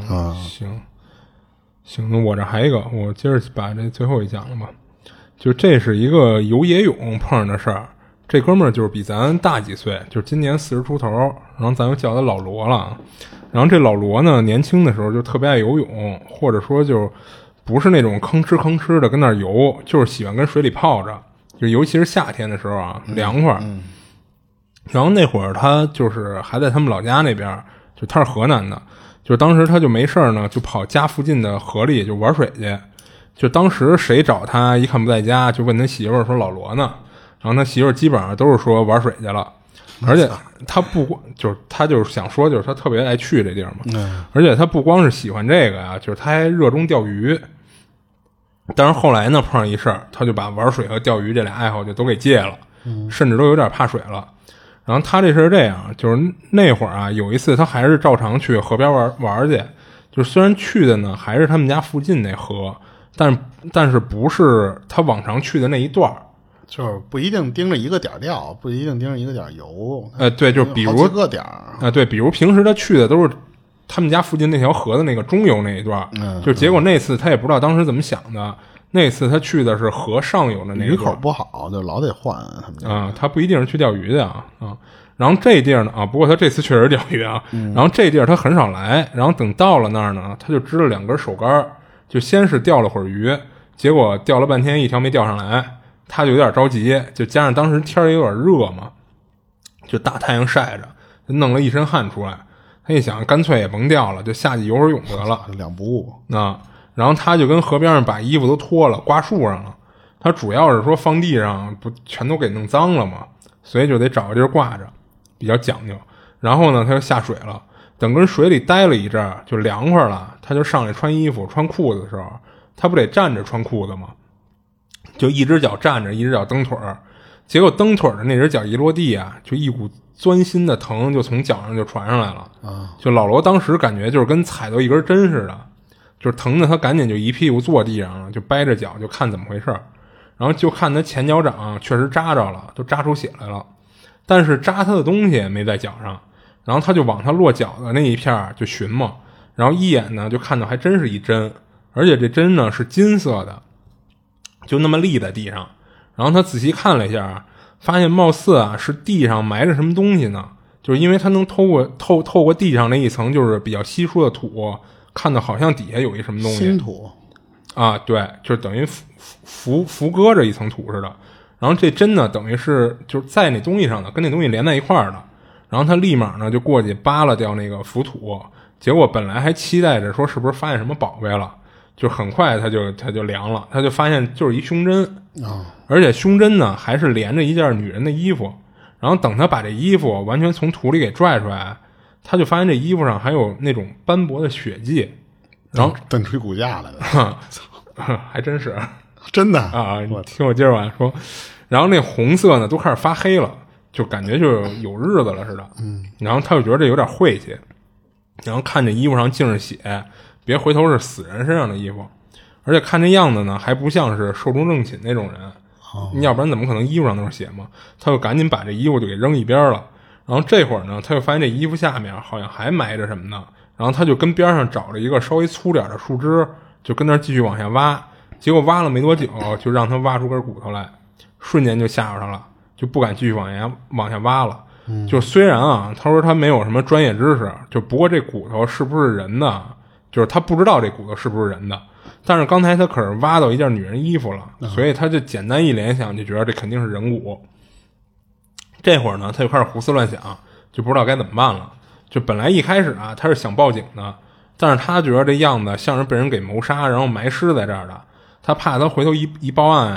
行，那我这还一个，我接着把这最后一讲了吧，就这是一个游野泳碰上的事儿。这哥们儿就是比咱大几岁，就是今年40出头，然后咱又叫他老罗了。然后这老罗呢，年轻的时候就特别爱游泳，或者说就不是那种吭哧的跟那儿游，就是喜欢跟水里泡着，就尤其是夏天的时候啊，凉快。然后那会儿他就是还在他们老家那边，就他是河南的，就是当时他就没事呢，就跑家附近的河里就玩水去。就当时谁找他一看不在家，就问他媳妇儿说老罗呢。然后他媳妇基本上都是说玩水去了，而且他不光就是他就是想说就是他特别爱去这地儿嘛，而且他不光是喜欢这个呀，就是他还热衷钓鱼。但是后来呢碰上一事儿，他就把玩水和钓鱼这俩爱好就都给戒了，甚至都有点怕水了。然后他这事儿这样，就是那会儿啊，有一次他还是照常去河边玩去，就是虽然去的呢还是他们家附近那河，但是不是他往常去的那一段儿。 就是不一定盯着一个点钓，不一定盯着一个点游。 对，就比如好几个点对，比如平时他去的都是他们家附近那条河的那个中游那一段，就结果那次他也不知道当时怎么想的，那次他去的是河上游的那一段， 鱼口不好，就老得换他们家。 他不一定是去钓鱼的啊。然后这地儿呢不过他这次确实钓鱼啊。然后这地儿他很少来，然后等到了那儿呢，他就支了2根手竿，就先是钓了会儿鱼，结果钓了半天一条没钓上来。他就有点着急，就加上当时天也有点热嘛，就大太阳晒着，就弄了一身汗出来。他一想，干脆也甭钓了，就下去游会儿泳得了， 两不误。 然后他就跟河边上把衣服都脱了，挂树上了。他主要是说放地上不全都给弄脏了嘛，所以就得找个地儿挂着，比较讲究。然后呢，他就下水了。等跟水里待了一阵儿，就凉快了，他就上来穿衣服、穿裤子的时候，他不得站着穿裤子吗？就一只脚站着，一只脚蹬腿儿，结果蹬腿的那只脚一落地啊，就一股钻心的疼就从脚上就传上来了。就老罗当时感觉就是跟踩到一根针似的，就是疼的他赶紧就一屁股坐地上了，就掰着脚就看怎么回事。然后就看他前脚掌确实扎着了，都扎出血来了，但是扎他的东西没在脚上。然后他就往他落脚的那一片就寻摸，然后一眼呢就看到还真是一针，而且这针呢是金色的，就那么立在地上。然后他仔细看了一下，发现貌似啊是地上埋着什么东西呢，就是因为他能透过地上那一层就是比较稀疏的土，看到好像底下有一什么东西， 新土啊，对，就等于浮搁着一层土似的。然后这针呢等于是就是在那东西上的，跟那东西连在一块儿的。然后他立马呢就过去扒拉掉那个浮土，结果本来还期待着说是不是发现什么宝贝了，就很快他就凉了，他就发现就是一胸针而且胸针呢还是连着一件女人的衣服。然后等他把这衣服完全从土里给拽出来，他就发现这衣服上还有那种斑驳的血迹，然后蹬出骨架来了还真是真的啊！你听我接着往下说。然后那红色呢都开始发黑了，就感觉就有日子了似的。然后他就觉得这有点晦气，然后看这衣服上尽是血，别回头是死人身上的衣服，而且看这样子呢还不像是寿终正寝那种人，你要不然怎么可能衣服上都是血嘛？他就赶紧把这衣服就给扔一边了。然后这会儿呢他就发现这衣服下面好像还埋着什么呢，然后他就跟边上找了一个稍微粗点的树枝，就跟那儿继续往下挖。结果挖了没多久就让他挖出根骨头来，瞬间就吓着他了，就不敢继续往下挖了。就虽然啊他说他没有什么专业知识，就不过这骨头是不是人的，就是他不知道这骨头是不是人的，但是刚才他可是挖到一件女人衣服了，所以他就简单一联想就觉得这肯定是人骨。这会儿呢他就开始胡思乱想，就不知道该怎么办了。就本来一开始啊他是想报警的，但是他觉得这样子像是被人给谋杀然后埋尸在这儿的，他怕他回头一报案啊，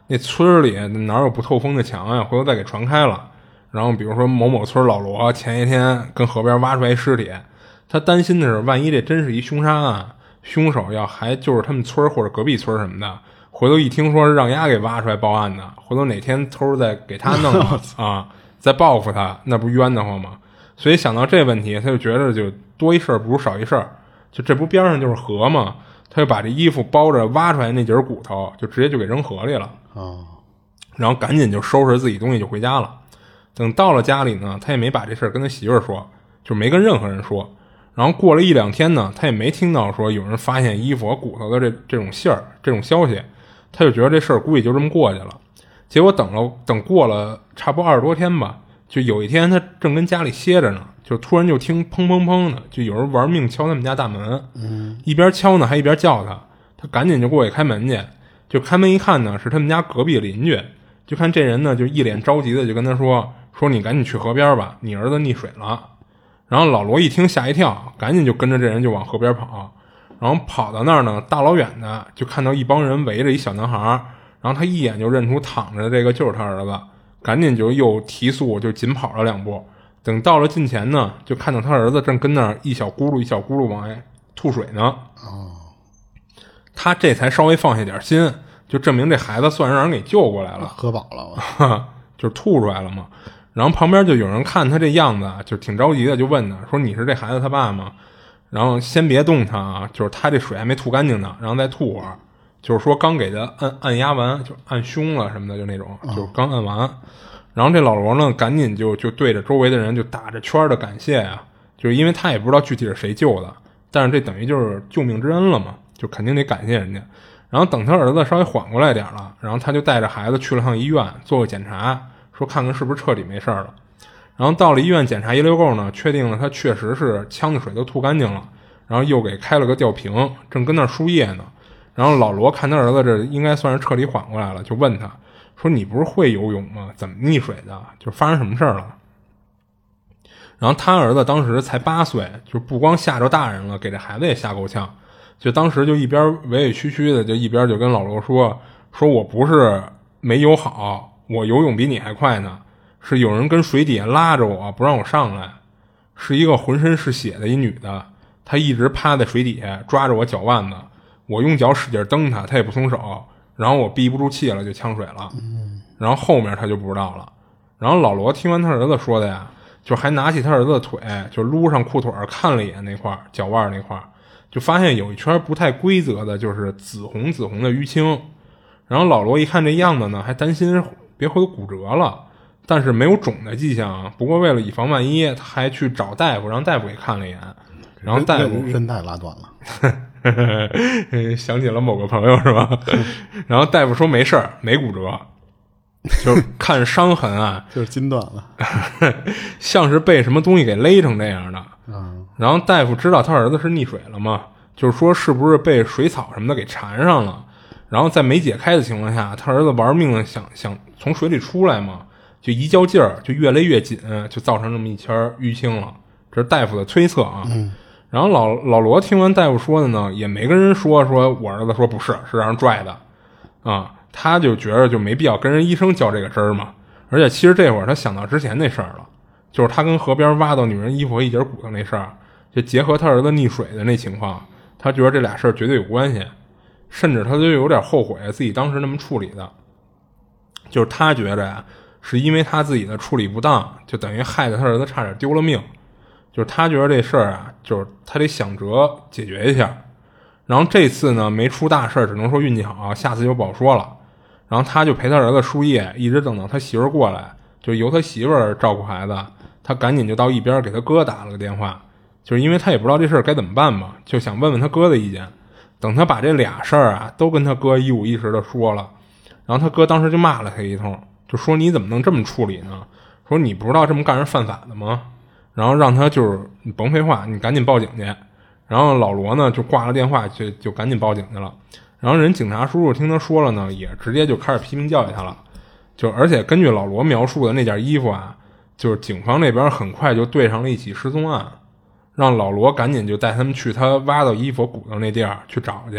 那村里哪有不透风的墙呀？回头再给传开了。然后比如说某某村老罗前一天跟河边挖出来尸体，他担心的是万一这真是一凶杀案，凶手要还就是他们村或者隔壁村什么的，回头一听说是让丫给挖出来报案的，回头哪天偷再给他弄了啊，再报复他，那不冤得慌吗？所以想到这问题，他就觉得就多一事不如少一事，就这不边上就是河吗？他就把这衣服包着挖出来那节骨头，就直接就给扔河里了。然后赶紧就收拾自己东西就回家了。等到了家里呢，他也没把这事跟他媳妇儿说，就没跟任何人说。然后过了1-2天呢，他也没听到说有人发现衣服和骨头的这种信儿、这种消息，他就觉得这事儿估计就这么过去了。结果等过了差不多20多天吧，就有一天他正跟家里歇着呢，就突然就听砰砰砰的，就有人玩命敲他们家大门，一边敲呢还一边叫他，他赶紧就过去开门去，就开门一看呢，是他们家隔壁邻居，就看这人呢就一脸着急的就跟他说你赶紧去河边吧，你儿子溺水了。然后老罗一听吓一跳，赶紧就跟着这人就往河边跑，然后跑到那儿呢，大老远的就看到一帮人围着一小男孩，然后他一眼就认出躺着的这个就是他儿子，赶紧就又提速就紧跑了2步，等到了近前呢，就看到他儿子正跟那儿一小咕噜一小咕噜往外吐水呢。他这才稍微放下点心，就证明这孩子算让人给救过来了， 喝饱了就是吐出来了嘛。然后旁边就有人看他这样子就挺着急的，就问他说你是这孩子他爸吗？然后先别动他啊，就是他这水还没吐干净呢，然后再吐会儿，就是说刚给他按压完，就按凶了什么的，就那种就是刚按完。然后这老罗呢赶紧就对着周围的人就打着圈的感谢呀，就是因为他也不知道具体是谁救的，但是这等于就是救命之恩了嘛，就肯定得感谢人家。然后等他儿子稍微缓过来点了，然后他就带着孩子去了趟医院做个检查，说看看是不是彻底没事了。然后到了医院检查一溜够呢，确定了他确实是呛的水都吐干净了，然后又给开了个吊瓶，正跟那儿输液呢。然后老罗看他儿子这应该算是彻底缓过来了，就问他说你不是会游泳吗？怎么溺水的？就发生什么事了？然后他儿子当时才8岁，就不光吓着大人了，给这孩子也吓够呛，就当时就一边委委屈屈的，就一边就跟老罗说我不是没游好，我游泳比你还快呢，是有人跟水底下拉着我不让我上来，是一个浑身是血的一女的，她一直趴在水底下抓着我脚腕子，我用脚使劲蹬她，她也不松手，然后我憋不住气了就呛水了。然后后面他就不知道了。然后老罗听完他儿子说的呀，就还拿起他儿子的腿，就撸上裤腿看了一眼那块脚腕那块，就发现有一圈不太规则的，就是紫红的淤青。然后老罗一看这样子呢，还担心别回头骨折了，但是没有肿的迹象。不过为了以防万一，他还去找大夫，让大夫给看了一眼。然后大夫韧带拉断了想起了某个朋友是吧？然后大夫说没事儿，没骨折，就是看伤痕啊， 就是筋断了像是被什么东西给勒成这样的。然后大夫知道他儿子是溺水了嘛，就是说是不是被水草什么的给缠上了，然后在没解开的情况下，他儿子玩命的想从水里出来嘛，就一较劲儿就越勒越紧，就造成这么一圈淤青了。这是大夫的推测啊。然后老罗听完大夫说的呢，也没跟人说我儿子说不是，是让人拽的啊。他就觉得就没必要跟人医生较这个真儿嘛。而且其实这会儿他想到之前那事儿了，就是他跟河边挖到女人衣服和一截骨头那事儿，就结合他儿子溺水的那情况，他觉得这俩事儿绝对有关系，甚至他就有点后悔自己当时那么处理的。就是他觉着呀，是因为他自己的处理不当，就等于害得他儿子差点丢了命。就是他觉得这事儿啊，就是他得想辙解决一下。然后这次呢没出大事，只能说运气好，下次就不好说了。然后他就陪他儿子输液，一直等到他媳妇儿过来，就由他媳妇儿照顾孩子，他赶紧就到一边给他哥打了个电话，就是因为他也不知道这事儿该怎么办嘛，就想问问他哥的意见。等他把这俩事儿啊都跟他哥一五一十的说了，然后他哥当时就骂了他一通，就说你怎么能这么处理呢？说你不知道这么干是犯法的吗？然后让他就是你甭废话，你赶紧报警去。然后老罗呢就挂了电话，就赶紧报警去了。然后人警察叔叔听他说了呢，也直接就开始批评教育他了。就而且根据老罗描述的那件衣服啊，就是警方那边很快就对上了一起失踪案，让老罗赶紧就带他们去他挖到衣服骨头那地儿去找去。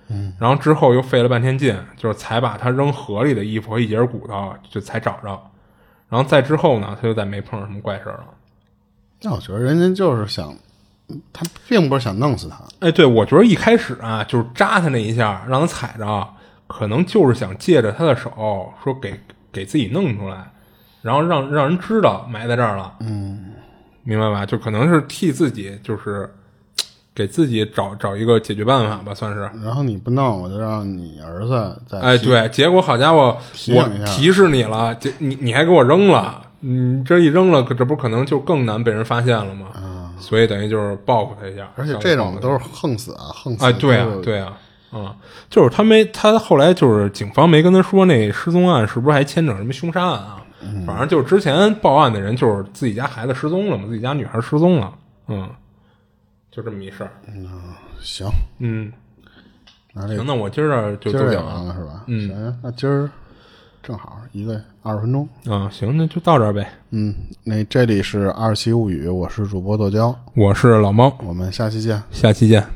然后之后又费了半天劲，就是才把他扔河里的衣服和一截骨头就才找着。然后再之后呢，他就再没碰上什么怪事了。 那我觉得人家就是想，他并不是想弄死他。 哎，对，我觉得一开始啊，就是扎他那一下，让他踩着，可能就是想借着他的手，说给自己弄出来，然后让人知道埋在这儿了。明白吧？就可能是替自己，就是给自己找一个解决办法吧，算是。 然后你不弄，我就让你儿子再哎，对，结果好家伙，我提示你了，你还给我扔了，你这一扔了，这不可能就更难被人发现了吗？所以等于就是报复他一下。 而且这种都是横死啊，横死！ 哎，对啊，对啊，就是他后来就是警方没跟他说那失踪案是不是还牵扯什么凶杀案啊？反正就是之前报案的人就是自己家孩子失踪了嘛，自己家女孩失踪了，就这么一事儿。 行， 行，那我今儿就讲完了是吧？行，那今儿正好一个20分钟啊。行，那就到这儿呗。 那这里是二期物语，我是主播豆椒， 我是老猫， 我们下期见。 下期见。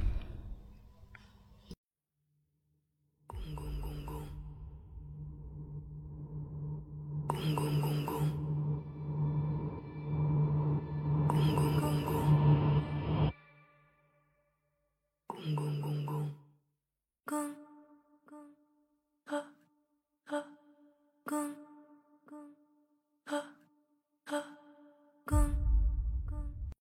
公